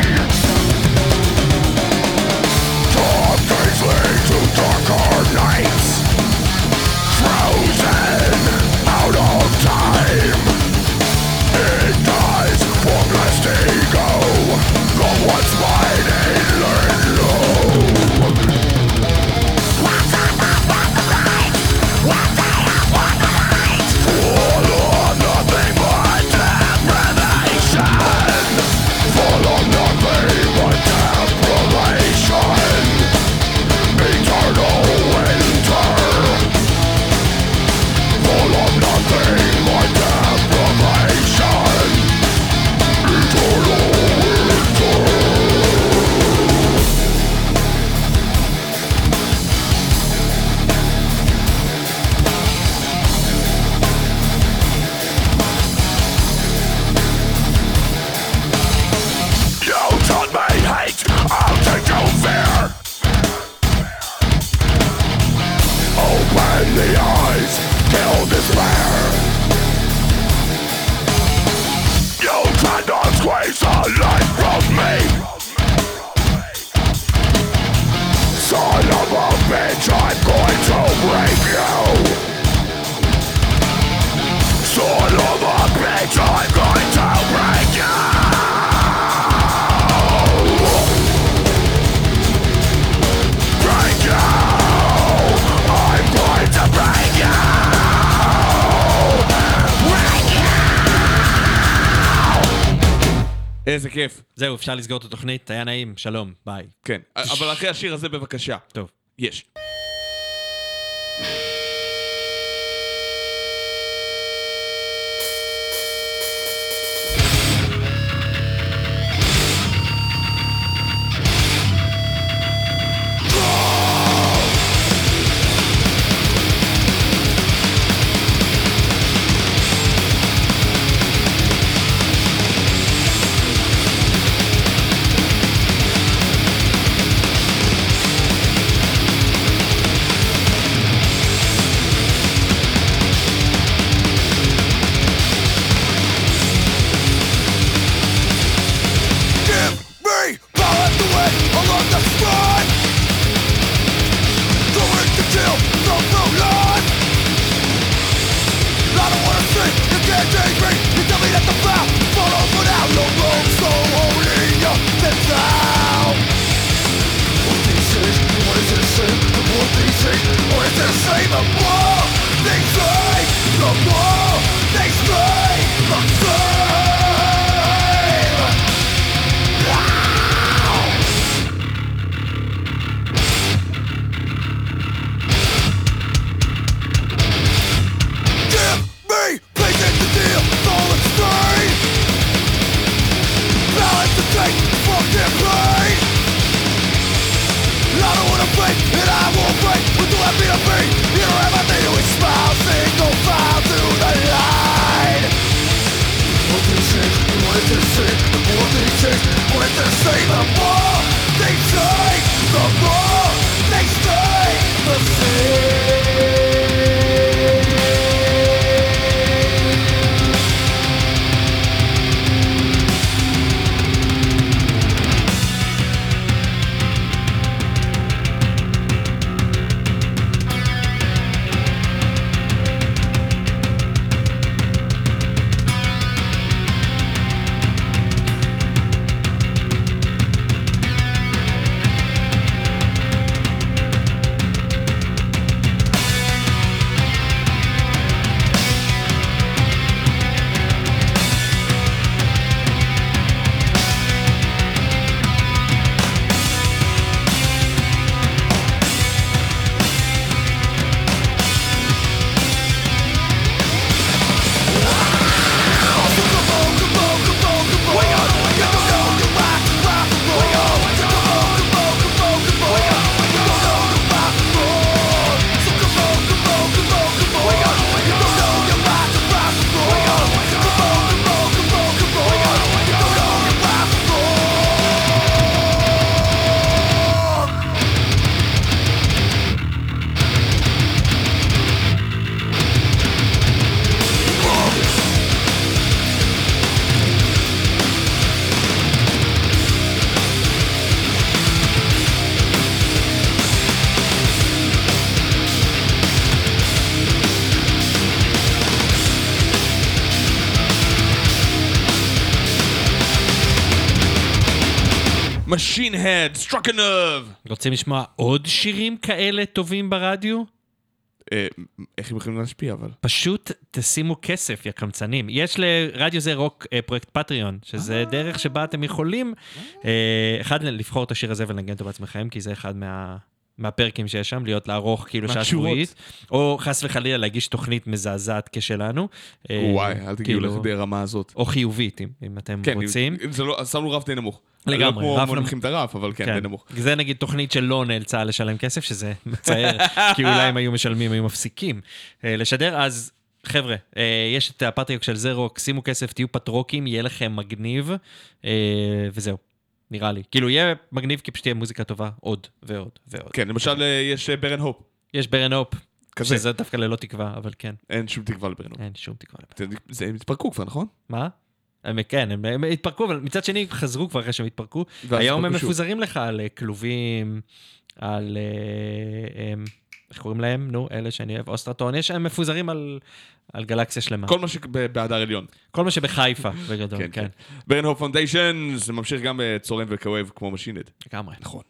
Dark days lead to darker nights, frozen out of time. It dies formless ego, the once mighty learn low. Full of nothing but deprivation. Full of nothing but deprivation. Eternal winter. Full of nothing but deprivation. Eternal winter. You taught me hate, I'll teach you fear. Open the eyes, kill despair. You tried to squeeze the life from me. Son of a bitch, I'm going to break you. Son of a bitch, I'm going to break you. Break you. I'm going to break you. Break you. איזה כיף. זהו, אפשר לסגור את התוכנית, היה נעים, שלום, ביי. כן, אבל אחרי השיר הזה בבקשה. טוב. יש. afraid, what do I be afraid? You don't have a thing to smile, single file through the line. What they say, what they say, the more they say, what they say, the more they say, the more they stay the same. Machine Head, Struck a Nerve. רוצים לשמוע עוד שירים כאלה טובים ברדיו? איך הם יכולים להשפיע אבל? פשוט תשימו כסף, יא קמצנים. יש לרדיו זה רוק פרויקט פטריון, שזה דרך שבה אתם יכולים, אחד, לבחור את השיר הזה ולנגן אותו בעצמכם, כי זה אחד מהפרקים שיש שם, לערוך כאילו שעה שבועית, או חס וחלילה להגיש תוכנית מזעזעת כשלנו. וואי, אל תגיעו לכדי הרמה הזאת. או חיובית, אם אתם רוצים. כן, שמנו רף די נמוך. לגמרי. לא כמו מנחים את הרף, אבל כן, די נמוך. זה נגיד תוכנית שלא נאלצה לשלם כסף, שזה מצער, כי אולי הם היו משלמים, היו מפסיקים לשדר. אז חבר'ה, יש את הפטריוק של זרוק, שימו כסף, תהיו פטרוקים, יהיה לכם מגניב, וזהו. נראה לי. כאילו יהיה מגניב כי פשוט תהיה מוזיקה טובה עוד ועוד ועוד. כן, למשל יש ברן הופ. יש ברן הופ. שזה דווקא ללא תקווה, אבל כן. אין שום תקווה לברן הופ. אין שום תקווה לברן הופ. הם התפרקו כבר, נכון? מה? כן, הם התפרקו, אבל מצד שני חזרו כבר אחרי שהם התפרקו. היום הם מפוזרים לך על כלובים, על... איך קוראים להם? נו, אלה שאני אוהב, אוסטרטון. הם מפוזרים על גלקסיה שלמה. כל מה שבהדר עליון. כל מה שבחיפה, בגדול, כן. ברן הופ פאונדיישן, זה ממשיך גם צורם וכואב כמו משינד. לגמרי. נכון.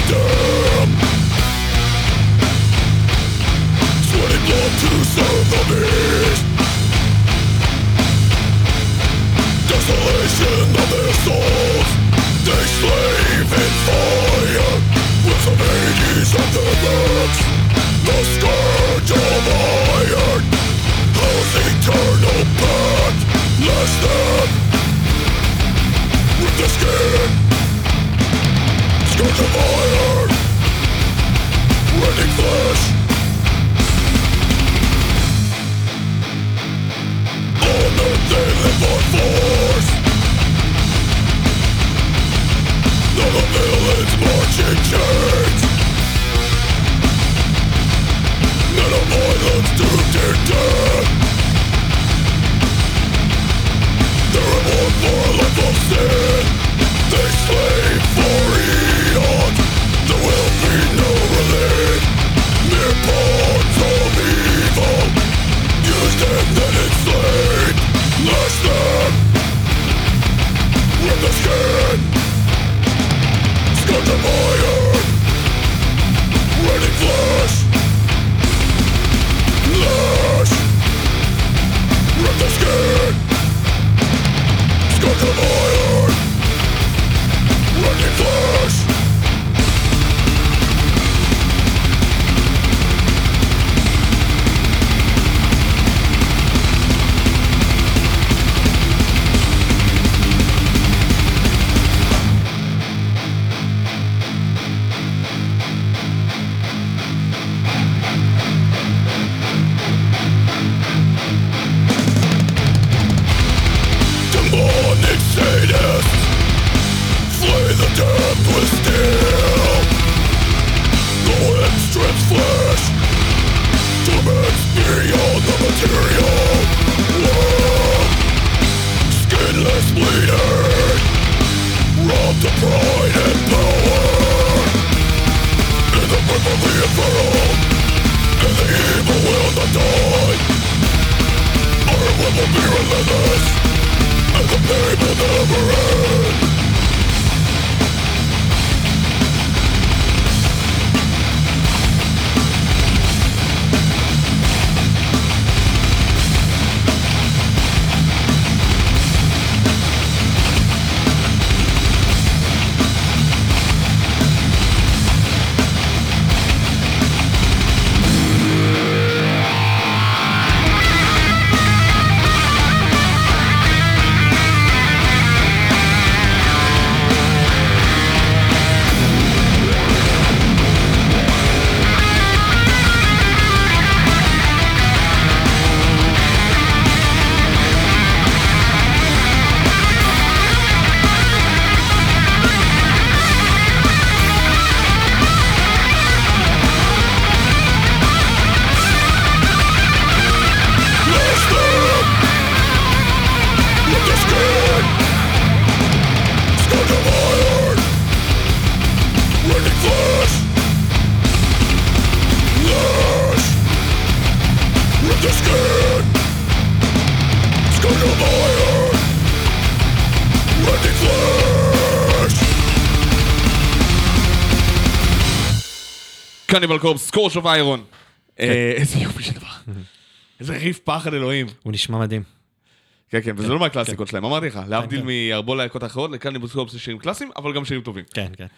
them. Sweating blood to serve the beast. Desolation of their souls. They slave in fire with the Hades on their backs. The scourge of iron, Hell's eternal pact. Lash them with the skin. Scourge of iron, rending flesh. On earth they live on force. Now the villains marching chains. Men of violence doomed to death. They're reborn for a life of sin. They slave for eons. There will be no relief. Mere pawns of evil. Used and then enslaved. Lash them with the skin. Scourge of iron, rending flesh. Lash, rip the skin. Scourge of iron, rending flesh. Demonic sadists flay the damned with steel. The wind strips flesh, torments beyond the material world. Skinless bleeding, robbed of pride and power. In the grip of the infernal, and the evil will not die. Our will be relentless, and the pain will never end. קניבל קורפס, סקורש אוף איירון. איזה יופי של דבר. איזה ריף פחד אלוהים. הוא נשמע מדהים. כן, כן, וזה לא מהקלאסיקות שלהם, אמרתי לך, להבדיל מהרבה להקות האחרות, לקניבל קורפס יש שירים קלאסיים, אבל גם שירים טובים. כן, כן.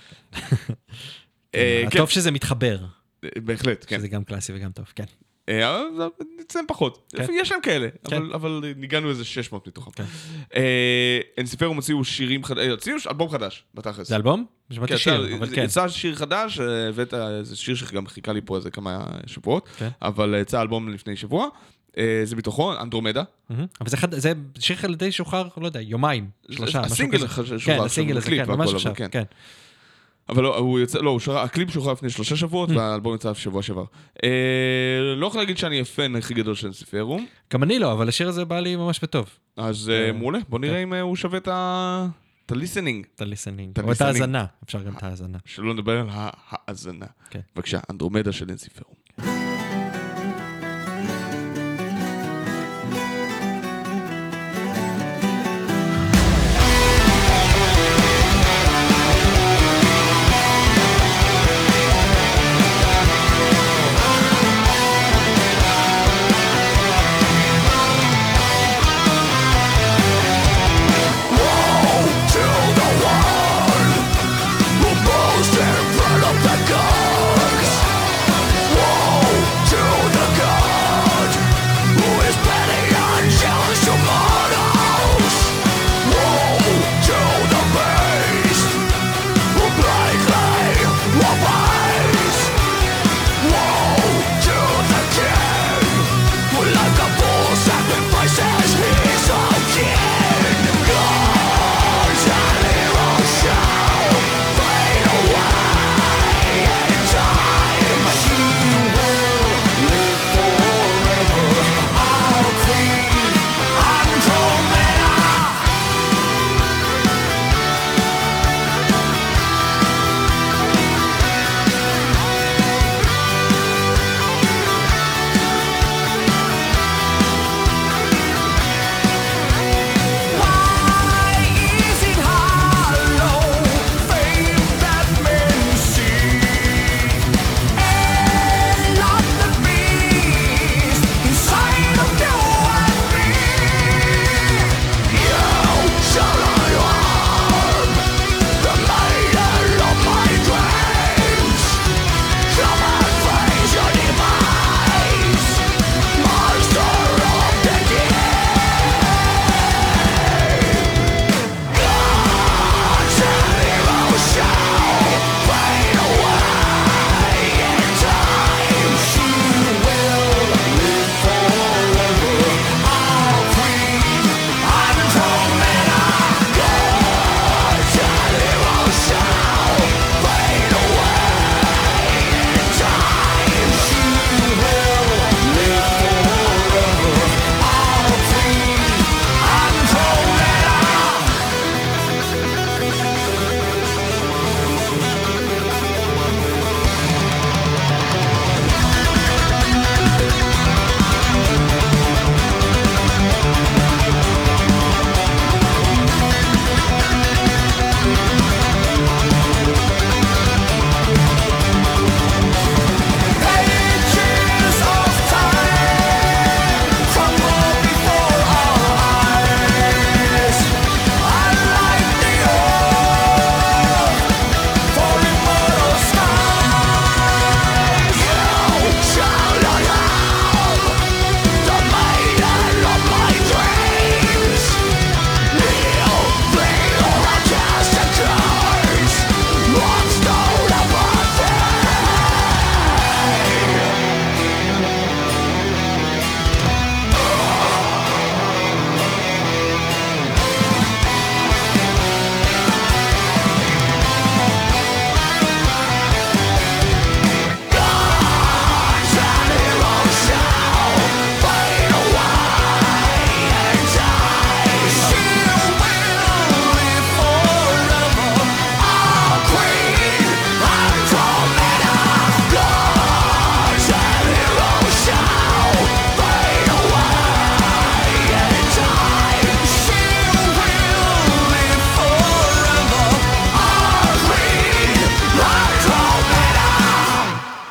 הטוב שזה מתחבר. בהחלט, כן. שזה גם קלאסי וגם טוב, כן. אצלם פחות. יש להם כאלה, אבל ניגענו איזה 600 מתוכם. אנסיפרום הוציאו שירים חדשים, הוציאו אלבום חדש, בתכלס. זה אלבום? שמעתי שיר, אבל כן. יצא שיר חדש, הבאת איזה שיר שגם חיכה לי פה איזה כמה שבועות, אבל יצא אלבום לפני שבוע. זה מתוכו, אנדרומדה. אבל זה שיר די שוחרר, לא יודע, יומיים, 3. הסינגל שוחרר. כן, הסינגל הזה, כן, ממש עכשיו, כן. אבל הוא יצא, לא, הקליפ שוחרר לפני 3 שבועות, והאלבום יצא שבוע שעבר. לא יכול להגיד שאני הפן הכי גדול של אנסיפרום. גם אני לא, אבל השיר הזה בא לי ממש בטוב. אז מעולה, בוא נראה אם הוא שווה את ה-listening. את ה-listening. או את ההאזנה, אפשר גם את ההאזנה. שלא נדבר על ההאזנה. בבקשה, אנדרומדה של אנסיפרום.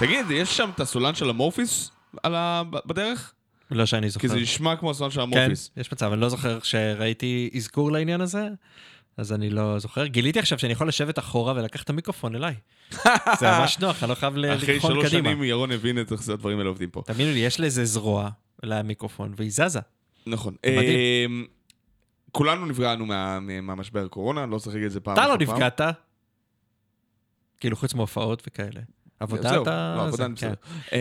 תגיד, יש שם את הסולן של המורפיס בדרך? לא שאני זוכר. כי זה נשמע כמו הסולן של כן, המורפיס. יש מצב, אני לא זוכר שראיתי אזכור לעניין הזה, אז אני לא זוכר. גיליתי עכשיו שאני יכול לשבת אחורה ולקח את המיקרופון אליי. זה ממש נוח, אני לא חייב אחרי לבחון 3 קדימה. שנים ירון הבין את איך הדברים האלה עובדים פה. תאמינו לי, יש לזה זרוע למיקרופון, והיא זזה. נכון. מדהים. כולנו נפגענו מהמשבר הקורונה, לא צריך להגיד את זה פעם. אתה לא אחר פעם. נפגעת? כאילו חוץ מהופעות וכאלה. עבודה זהו, אתה... לא, עבודה אני כן. בסדר.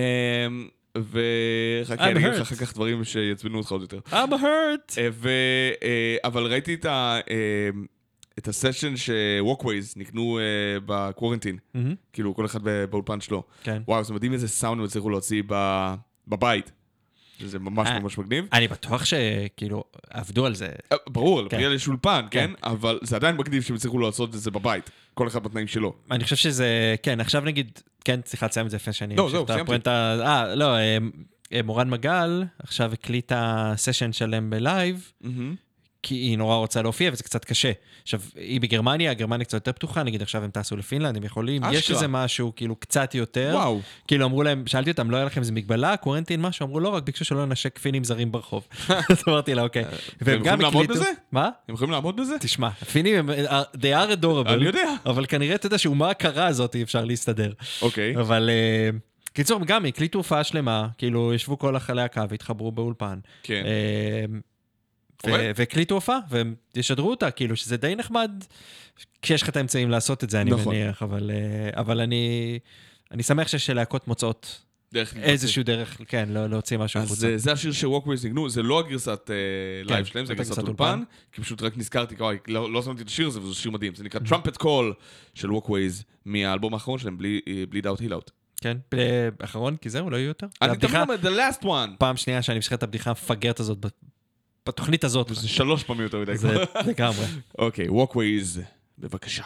וחכה, אני אגיד לך אחר כך דברים שיצבנו אותך עוד יותר. I'm hurt. אבל ראיתי את הסשן שווקווייז נקנו בקוורנטין, כאילו כל אחד באולפן שלו. כן. וואו, זה מדהים איזה סאונד הם הצליחו להוציא בבית. זה ממש ממש מגניב. אני בטוח שכאילו עבדו על זה. ברור, כן. לפריאל יש אולפן, כן. כן? אבל זה עדיין מגניב שהם הצליחו לעשות את זה בבית. כל אחד בתנאים שלו. אני חושב שזה, כן, עכשיו נגיד, כן, צריכה לסיים את זה לפני שאני... לא, זהו, סיימתי. לא, מורן מגל עכשיו הקליטה סשן שלם בלייב, כי היא נורא רוצה להופיע, וזה קצת קשה. עכשיו, היא בגרמניה, הגרמניה קצת יותר פתוחה, נגיד עכשיו הם טסו לפינלנד, הם יכולים, אשכרה. יש איזה משהו כאילו קצת יותר. וואו. כאילו אמרו להם, שאלתי אותם, לא היה לכם איזה מגבלה, קוורנטין משהו, אמרו לא, רק ביקשו שלא נשק פינים זרים ברחוב. אז אמרתי לה, אוקיי. והם יכולים לעמוד בזה? מה? הם יכולים לעמוד בזה? תשמע, הפינים הם, they are adorable. אני יודע. אבל כנראה, אתה יודע, שאומה הקרה הזאת אי אפשר להסתדר. אוקיי. אבל קיצור, גם הקליטו הופעה שלמה, כאילו ישבו כל החלי הקו, התחברו באולפן. כן. והקליטו הופעה, והם ישדרו אותה, כאילו שזה די נחמד, כשיש לך את האמצעים לעשות את זה, אני מניח, אבל אני שמח שיש להקות מוצאות איזשהו דרך, כן, להוציא משהו החוצה. אז זה השיר שווקווייז ניגנו, זה לא הגרסת לייב שלהם, זה גרסת אולפן, כי פשוט רק נזכרתי, לא שמתי את השיר הזה, וזה שיר מדהים, זה נקרא Trumpet Call של ווקווייז, מהאלבום האחרון שלהם, Bleed Out Heal Out. כן, אחרון, כי זהו, לא יהיו יותר. אני תמיד אומר, the last one. פעם שנייה שאני משחרר את הבדיחה המפגרת הזאת, בתוכנית הזאת. זה 3 פעמים יותר מדי. זה לגמרי. אוקיי, ווקווייז, בבקשה.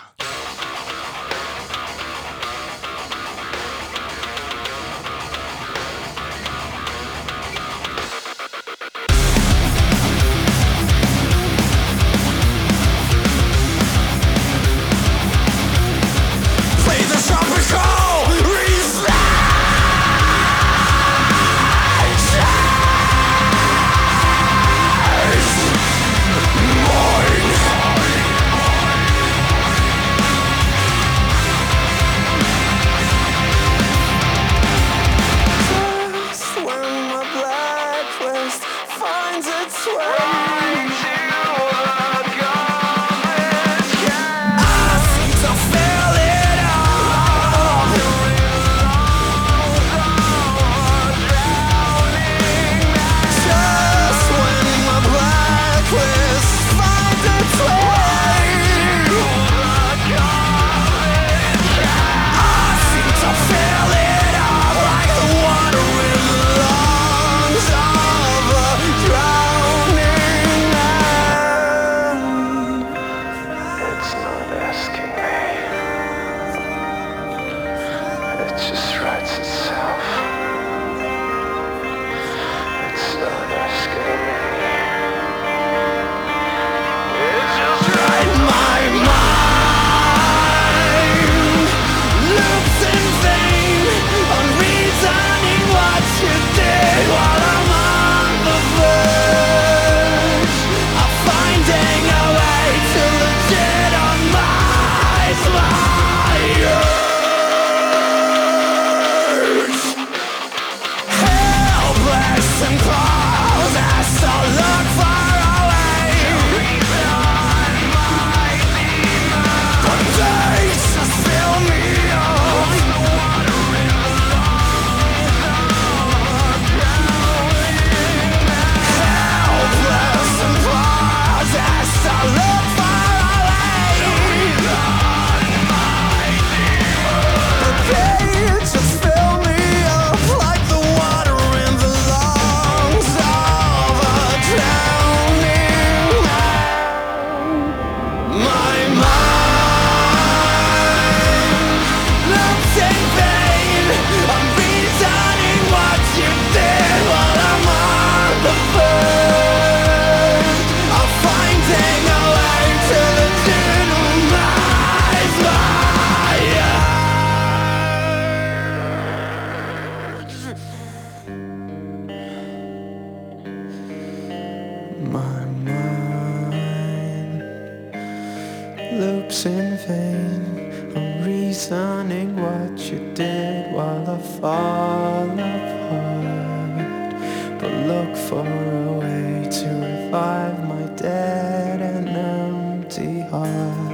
Play the trumpet call, revive. discerning what you did while I fall apart. But look for a way to revive my dead and empty heart.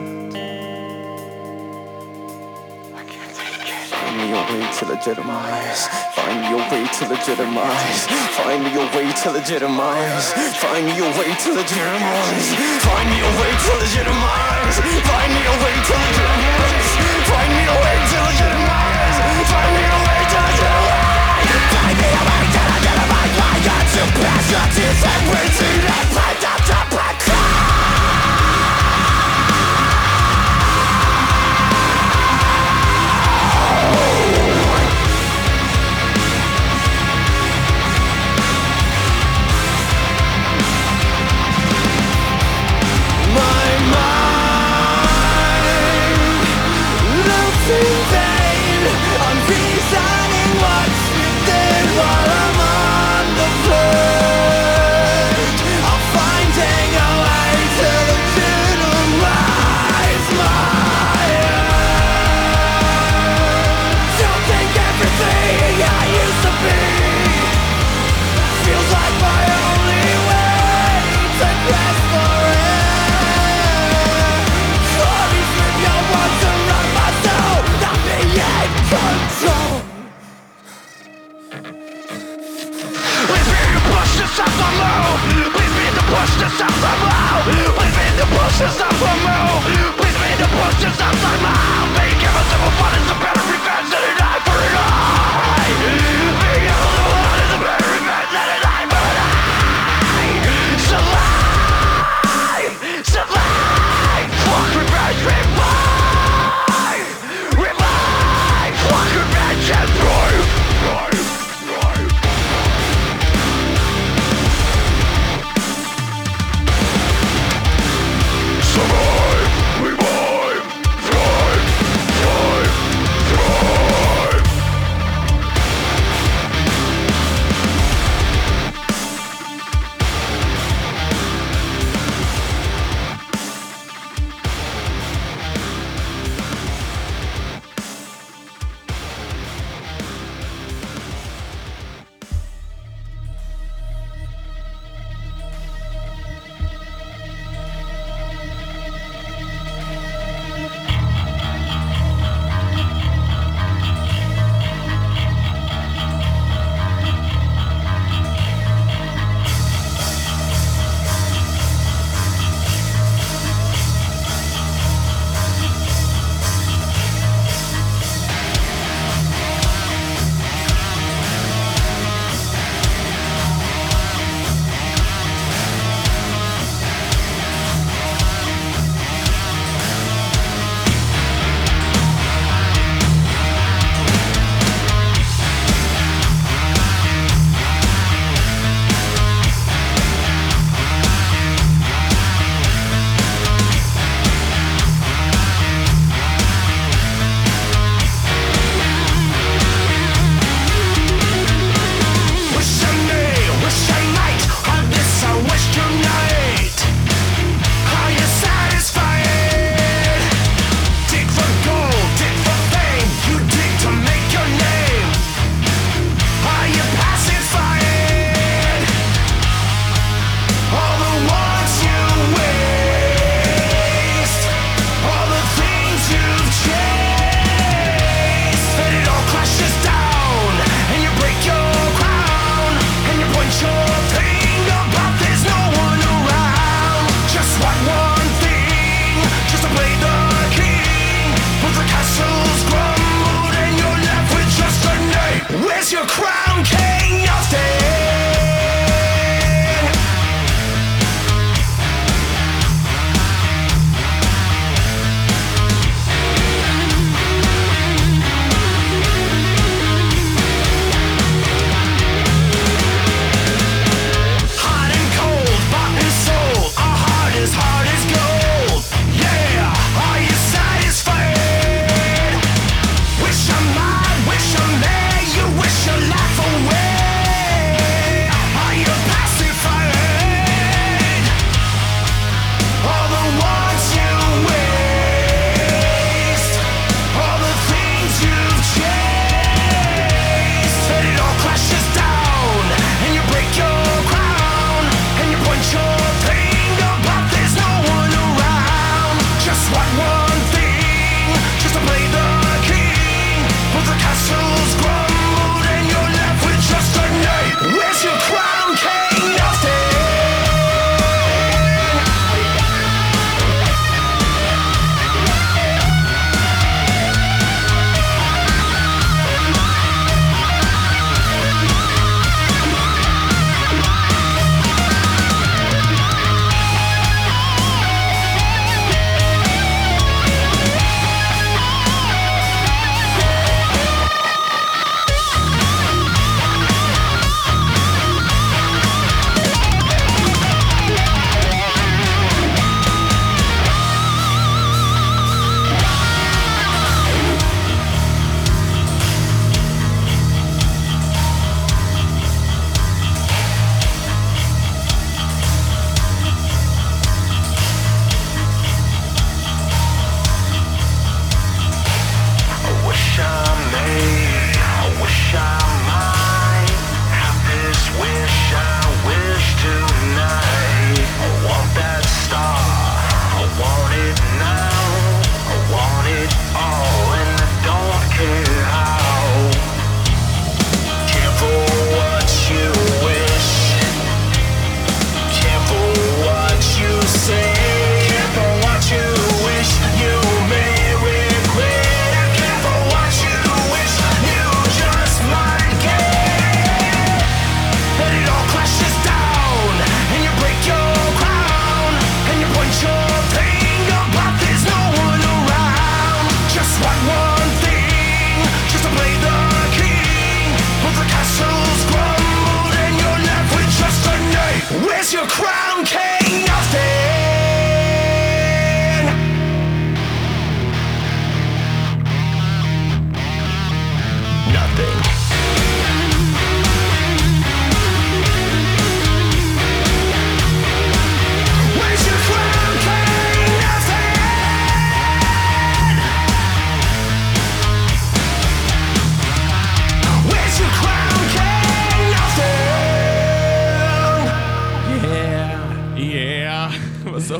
Find me your way to legitimize. Find me your way to legitimize. Find me your way to legitimize. Find me your way to legitimize. Find me your way to legitimize. Find me your way to legitimize. Find me your way to legitimize. Find me your way to legitimize. Find me your way to legitimize. I got to pass your teeth and waiting and find out the black cloud. My mind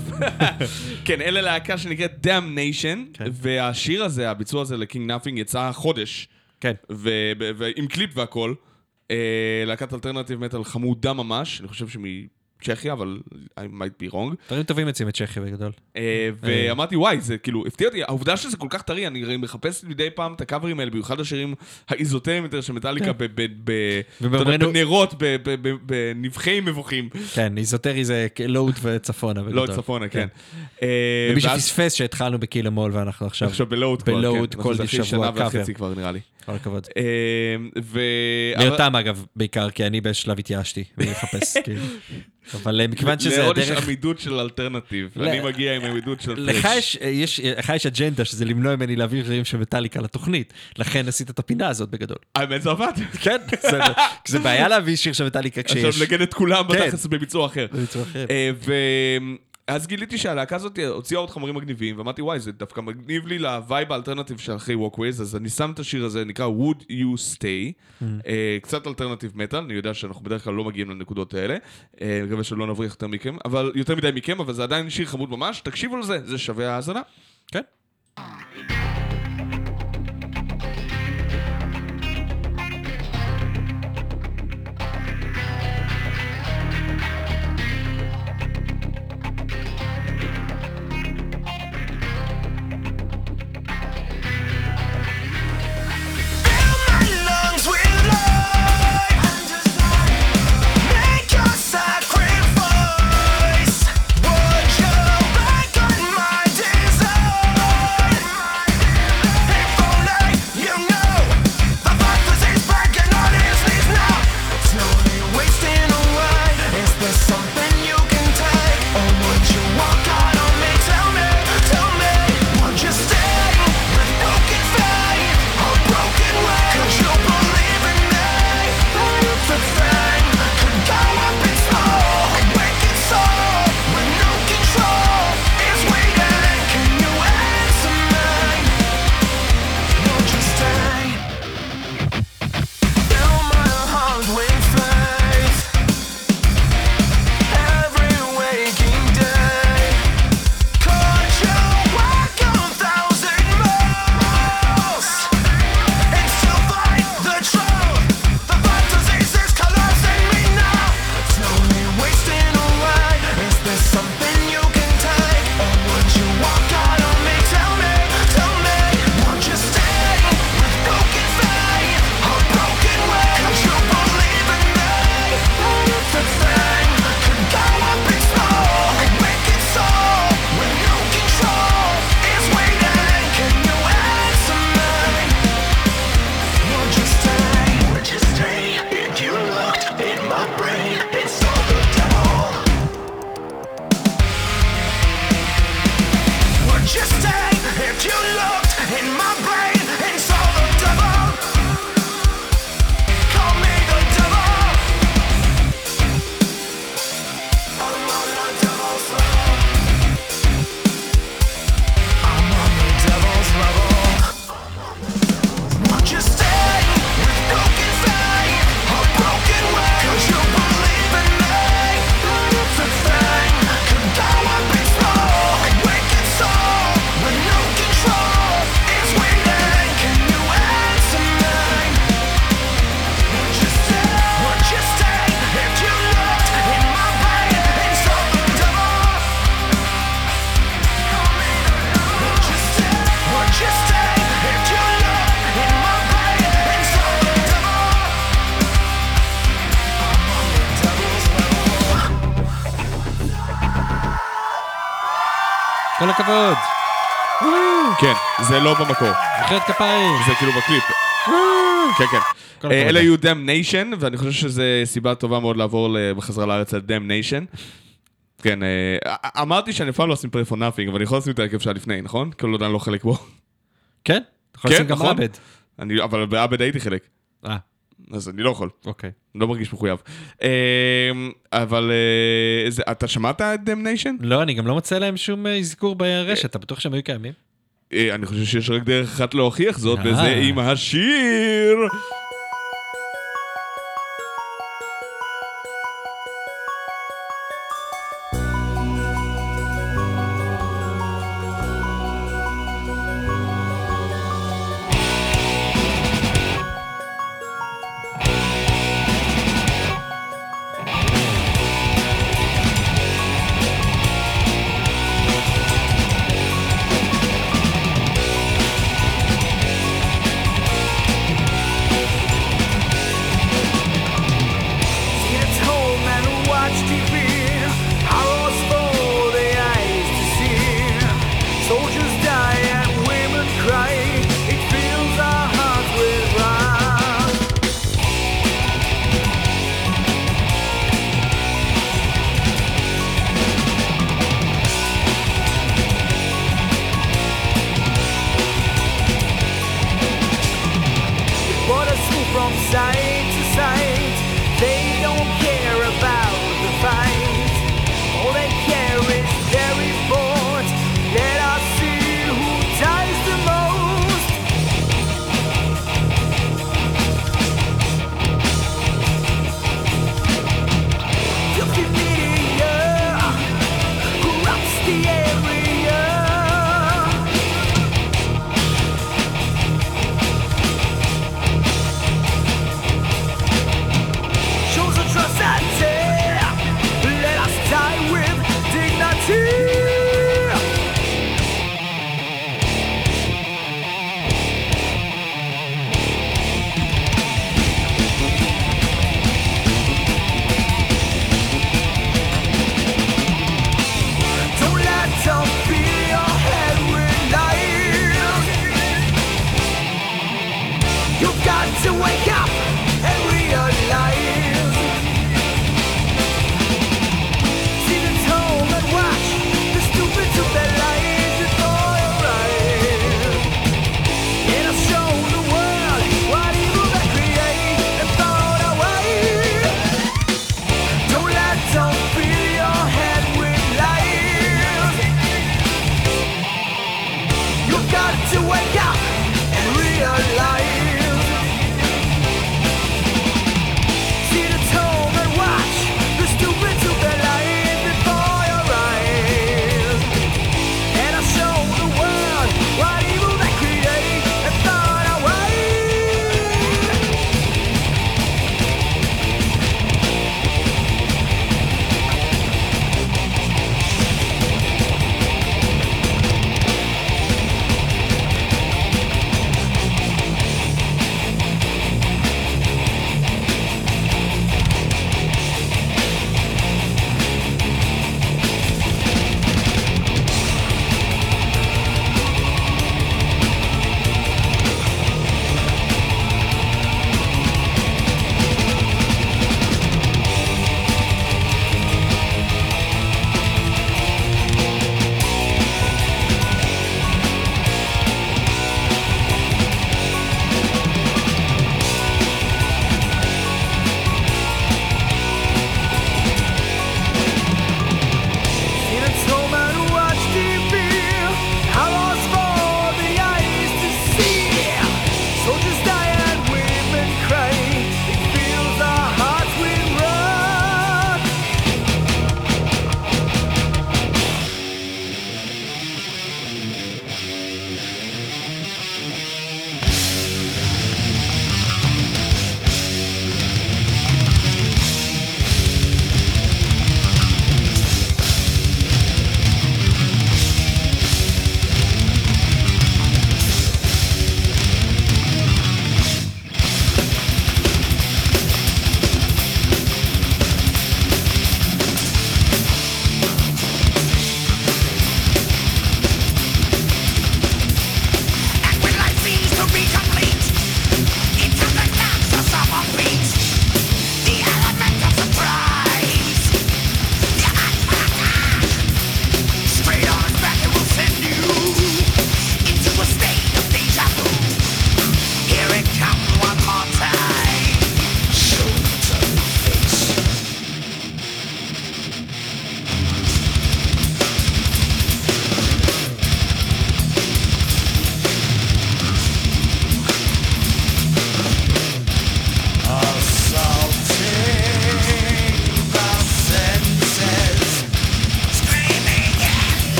כן, אלה להקה שנקראת Damnation, והשיר הזה, הביצוע הזה ל-King Nothing יצא חודש. כן. ועם קליפ והכל. להקת אלטרנטיב מטל חמודה ממש, אני חושב צ'כיה, אבל I might be wrong. דברים טובים יוצאים את צ'כיה בגדול. ואמרתי, וואי, זה כאילו, הפתיע אותי, העובדה שזה כל כך טרי, אני מחפש מדי פעם את הקאברים האלה, במיוחד השירים האיזוטריים יותר של מטאליקה בנרות, בנבחי מבוכים. כן, איזוטרי זה לואוד וצפונה בגדול. לואוד צפונה, כן. למי שפספס שהתחלנו בקיל המול ואנחנו עכשיו בלואוד כל שבוע שנה וחצי כבר נראה לי. כל הכבוד. מיותם אגב, בעיקר, כי אני בשלב התייאשתי, ואני אחפש, כאילו. אבל מכיוון שזה לעוד יש הדרך... עמידות של אלטרנטיב. אני מגיע עם עמידות של לך יש אג'נדה, שזה למנוע ממני להעביר שירים של מטאליקה לתוכנית. לכן עשית את הפינה הזאת בגדול. האמת זה עבד. כן, זה בעיה להביא שיר של מטאליקה כשיש... עכשיו נגן את כולם בתכלס בביצוע אחר. בביצוע אחר. אז גיליתי שהלהקה הזאת הוציאה עוד חומרים מגניבים, ואמרתי, וואי, זה דווקא מגניב לי לווייב האלטרנטיב של אחרי Walkways, אז אני שם את השיר הזה, נקרא Would You Stay, קצת אלטרנטיב מטל, אני יודע שאנחנו בדרך כלל לא מגיעים לנקודות האלה, אני מקווה שלא נבריח יותר מדי מכם, אבל זה עדיין שיר חמוד ממש, תקשיבו לזה, זה שווה האזנה. כן. כל הכבוד. כן, זה לא במקור. מחיאות כפיים. זה כאילו בקליפ. כן, כן. אלה היו Damnation, ואני חושב שזו סיבה טובה מאוד לעבור בחזרה לארץ על Damnation. כן, אמרתי שאני אפילו לא אשים Pray for Nothing, אבל אני יכול לשים את ההרכב שהיה לפני, נכון? כאילו עדיין לא חלק בו. כן? אתה יכול לשים גם עבד. אבל בעבד הייתי חלק. אז אני לא יכול. אוקיי. לא מרגיש מחויב. אבל אתה שמעת את Damnation? לא, אני גם לא מוצא להם שום אזכור ברשת, אתה בטוח שהם היו קיימים? אני חושב שיש רק דרך אחת להוכיח זאת, וזה עם השיר.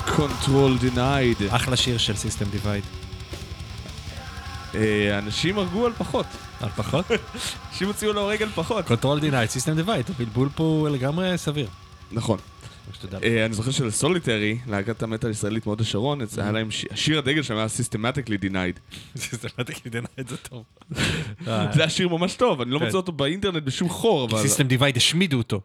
Control Denied. אחלה שיר של System Divide. אנשים הרגו על פחות. על פחות? אנשים הוציאו להורג על פחות. Control Denied, System Divide, הבלבול פה הוא לגמרי סביר. נכון. אני זוכר שלסוליטרי, להקת המטל הישראלית מאוד השרון, היה להם השיר הדגל שם היה Systematically Denied. Systematically Denied זה טוב. זה השיר ממש טוב, אני לא מוצא אותו באינטרנט בשום חור, אבל... System Divide השמידו אותו.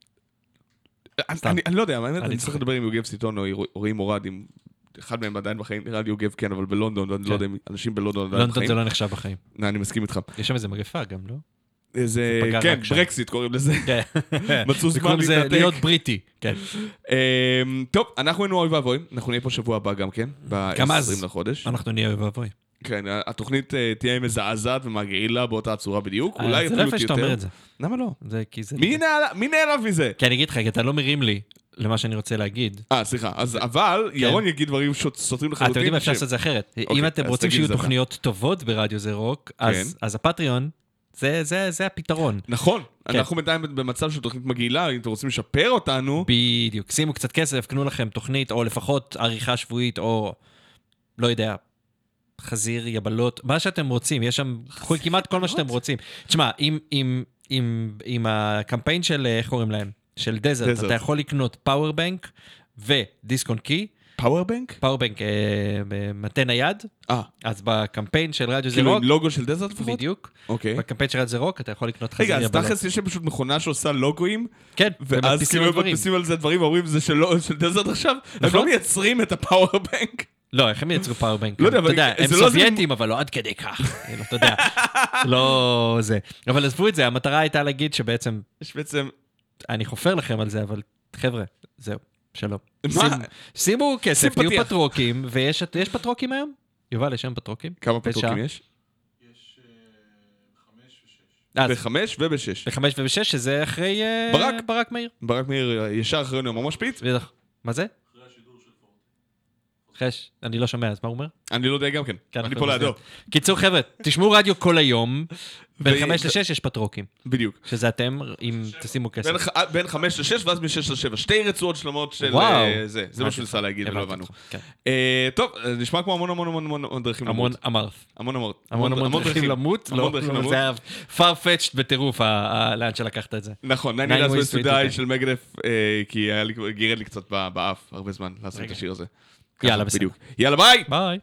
אני לא יודע, אני צריך לדבר עם יוגב סיטון או רועי מורד, עם אחד מהם עדיין בחיים, נראה לי יוגב כן, אבל בלונדון, אני לא יודע אם אנשים בלונדון עדיין בחיים. לונדון זה לא נחשב בחיים. אני מסכים איתך. יש שם איזה מגפה גם, לא? איזה, כן, ברקסיט קוראים לזה. מצאו זמן להתנתק. להיות בריטי, כן. טוב, אנחנו היינו אוי ואבוי, אנחנו נהיה פה שבוע הבא גם כן, ב-20 לחודש. אנחנו נהיה אוי ואבוי. כן, התוכנית תהיה מזעזעת ומגעילה באותה הצורה בדיוק, אולי זה אפילו לא יפה שאתה אומר את זה. למה לא? זה מי נעלב מזה? כי אני אגיד לך, כי אתה לא מרים לי למה שאני רוצה להגיד. סליחה, אבל ירון יגיד דברים סותרים לחלוטין. אתם יודעים, אפשר לעשות את זה אחרת. אם אתם רוצים שיהיו תוכניות טובות ברדיו זה רוק, אז הפטריון, זה הפתרון. נכון, אנחנו בינתיים במצב של תוכנית מגעילה, אם אתם רוצים לשפר אותנו... בדיוק, שימו קצת כסף, קנו לכם תוכנית, או לפחות עריכה שבועית, או לא יודע, חזיר, יבלות, מה שאתם רוצים, יש שם כמעט כל מה שאתם רוצים. תשמע, עם הקמפיין של, איך קוראים להם? של דזרט, אתה יכול לקנות פאוורבנק ודיסק און קי. פאוורבנק? פאוורבנק במטה נייד. אז בקמפיין של רדיו זה כאילו רוק. עם לוגו של דזרט לפחות? בדיוק. אוקיי. בקמפיין של רדיו זה רוק, אתה יכול לקנות חזיר יבלות. רגע, אז תכלס יש שם פשוט מכונה שעושה לוגוים. כן, ואז כאילו הם מדפיסים על זה דברים ואומרים זה של דזרט עכשיו. הם לא מייצרים את הפאוורבנק. לא, איך הם ייצרו פאוורבנק? לא יודע, אבל... הם סובייטים, אבל לא עד כדי כך. אתה יודע, לא זה. אבל עזבו את זה, המטרה הייתה להגיד שבעצם... יש בעצם... אני חופר לכם על זה, אבל חבר'ה, זהו, שלום. שימו כסף, תהיו פטרוקים, ויש פטרוקים היום? יובל, יש היום פטרוקים? כמה פטרוקים יש? יש 5 ו-6. ב-5 וב-6. ב-5 וב-6, שזה אחרי ברק מאיר. ברק מאיר ישר אחרי נאום המשפיץ. מה זה? אחרי השידור של פורט. אני לא שומע, אז מה הוא אומר? אני לא יודע גם כן, אני פה לידו. קיצור חבר'ה, תשמעו רדיו כל היום, בין 5 ל-6 יש פטרוקים. בדיוק. שזה אתם, אם תשימו כסף. בין 5 ל-6 ואז מ-6 ל-7. 2 רצועות שלמות של זה. זה מה שניסה להגיד, ולא הבנו. טוב, נשמע כמו המון דרכים למות. המון דרכים למות. זה היה farfetched בטירוף, לאן שלקחת את זה. נכון, 99 Ways to Die של מגדף, כי גירד לי קצת באף הרבה זמן לעשות את השיר הזה. יאללה, בסדר. יאללה, ביי! ביי.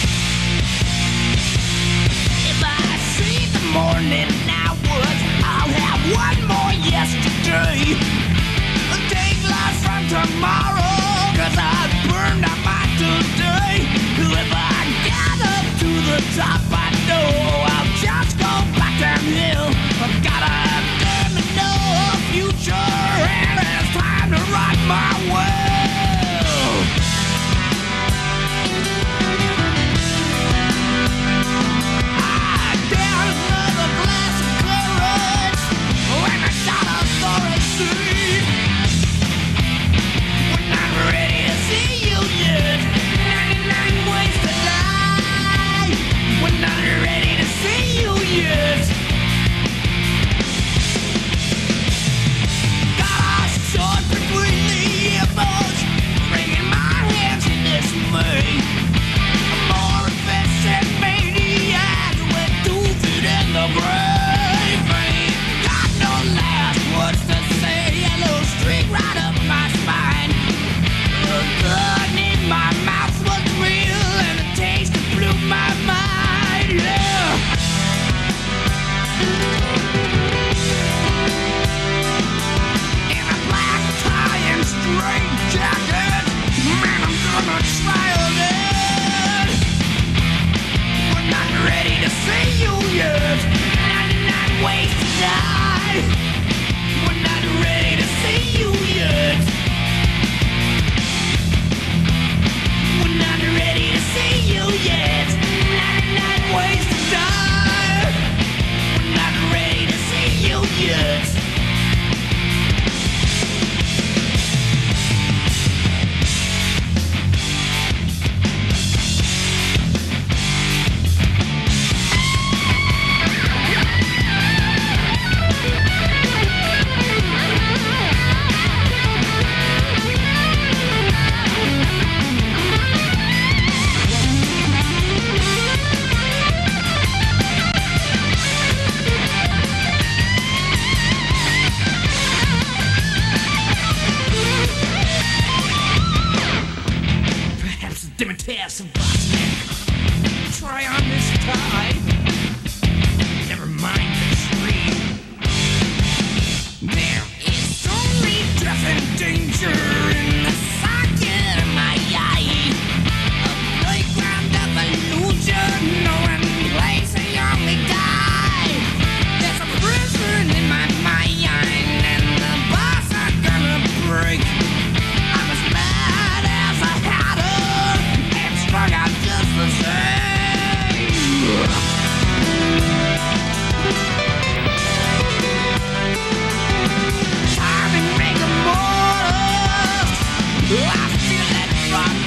If I see the morning now was, I'll have one more yesterday. Take life from tomorrow, 'cause I burned out my today. If I get up to the top, I know I'll just go back downhill. I've got a gun to know a future, and it's time to rock my world. When I Yes, Boston. Try on this tie. Never mind the tree. There is only death and danger in the socket of my eye. A playground of illusion, no one plays, they only die. There's a prison in my mind, and the bars are gonna break. I'm as mad as a hatter, and strung out just the same. Time and make a mortal. I feel that from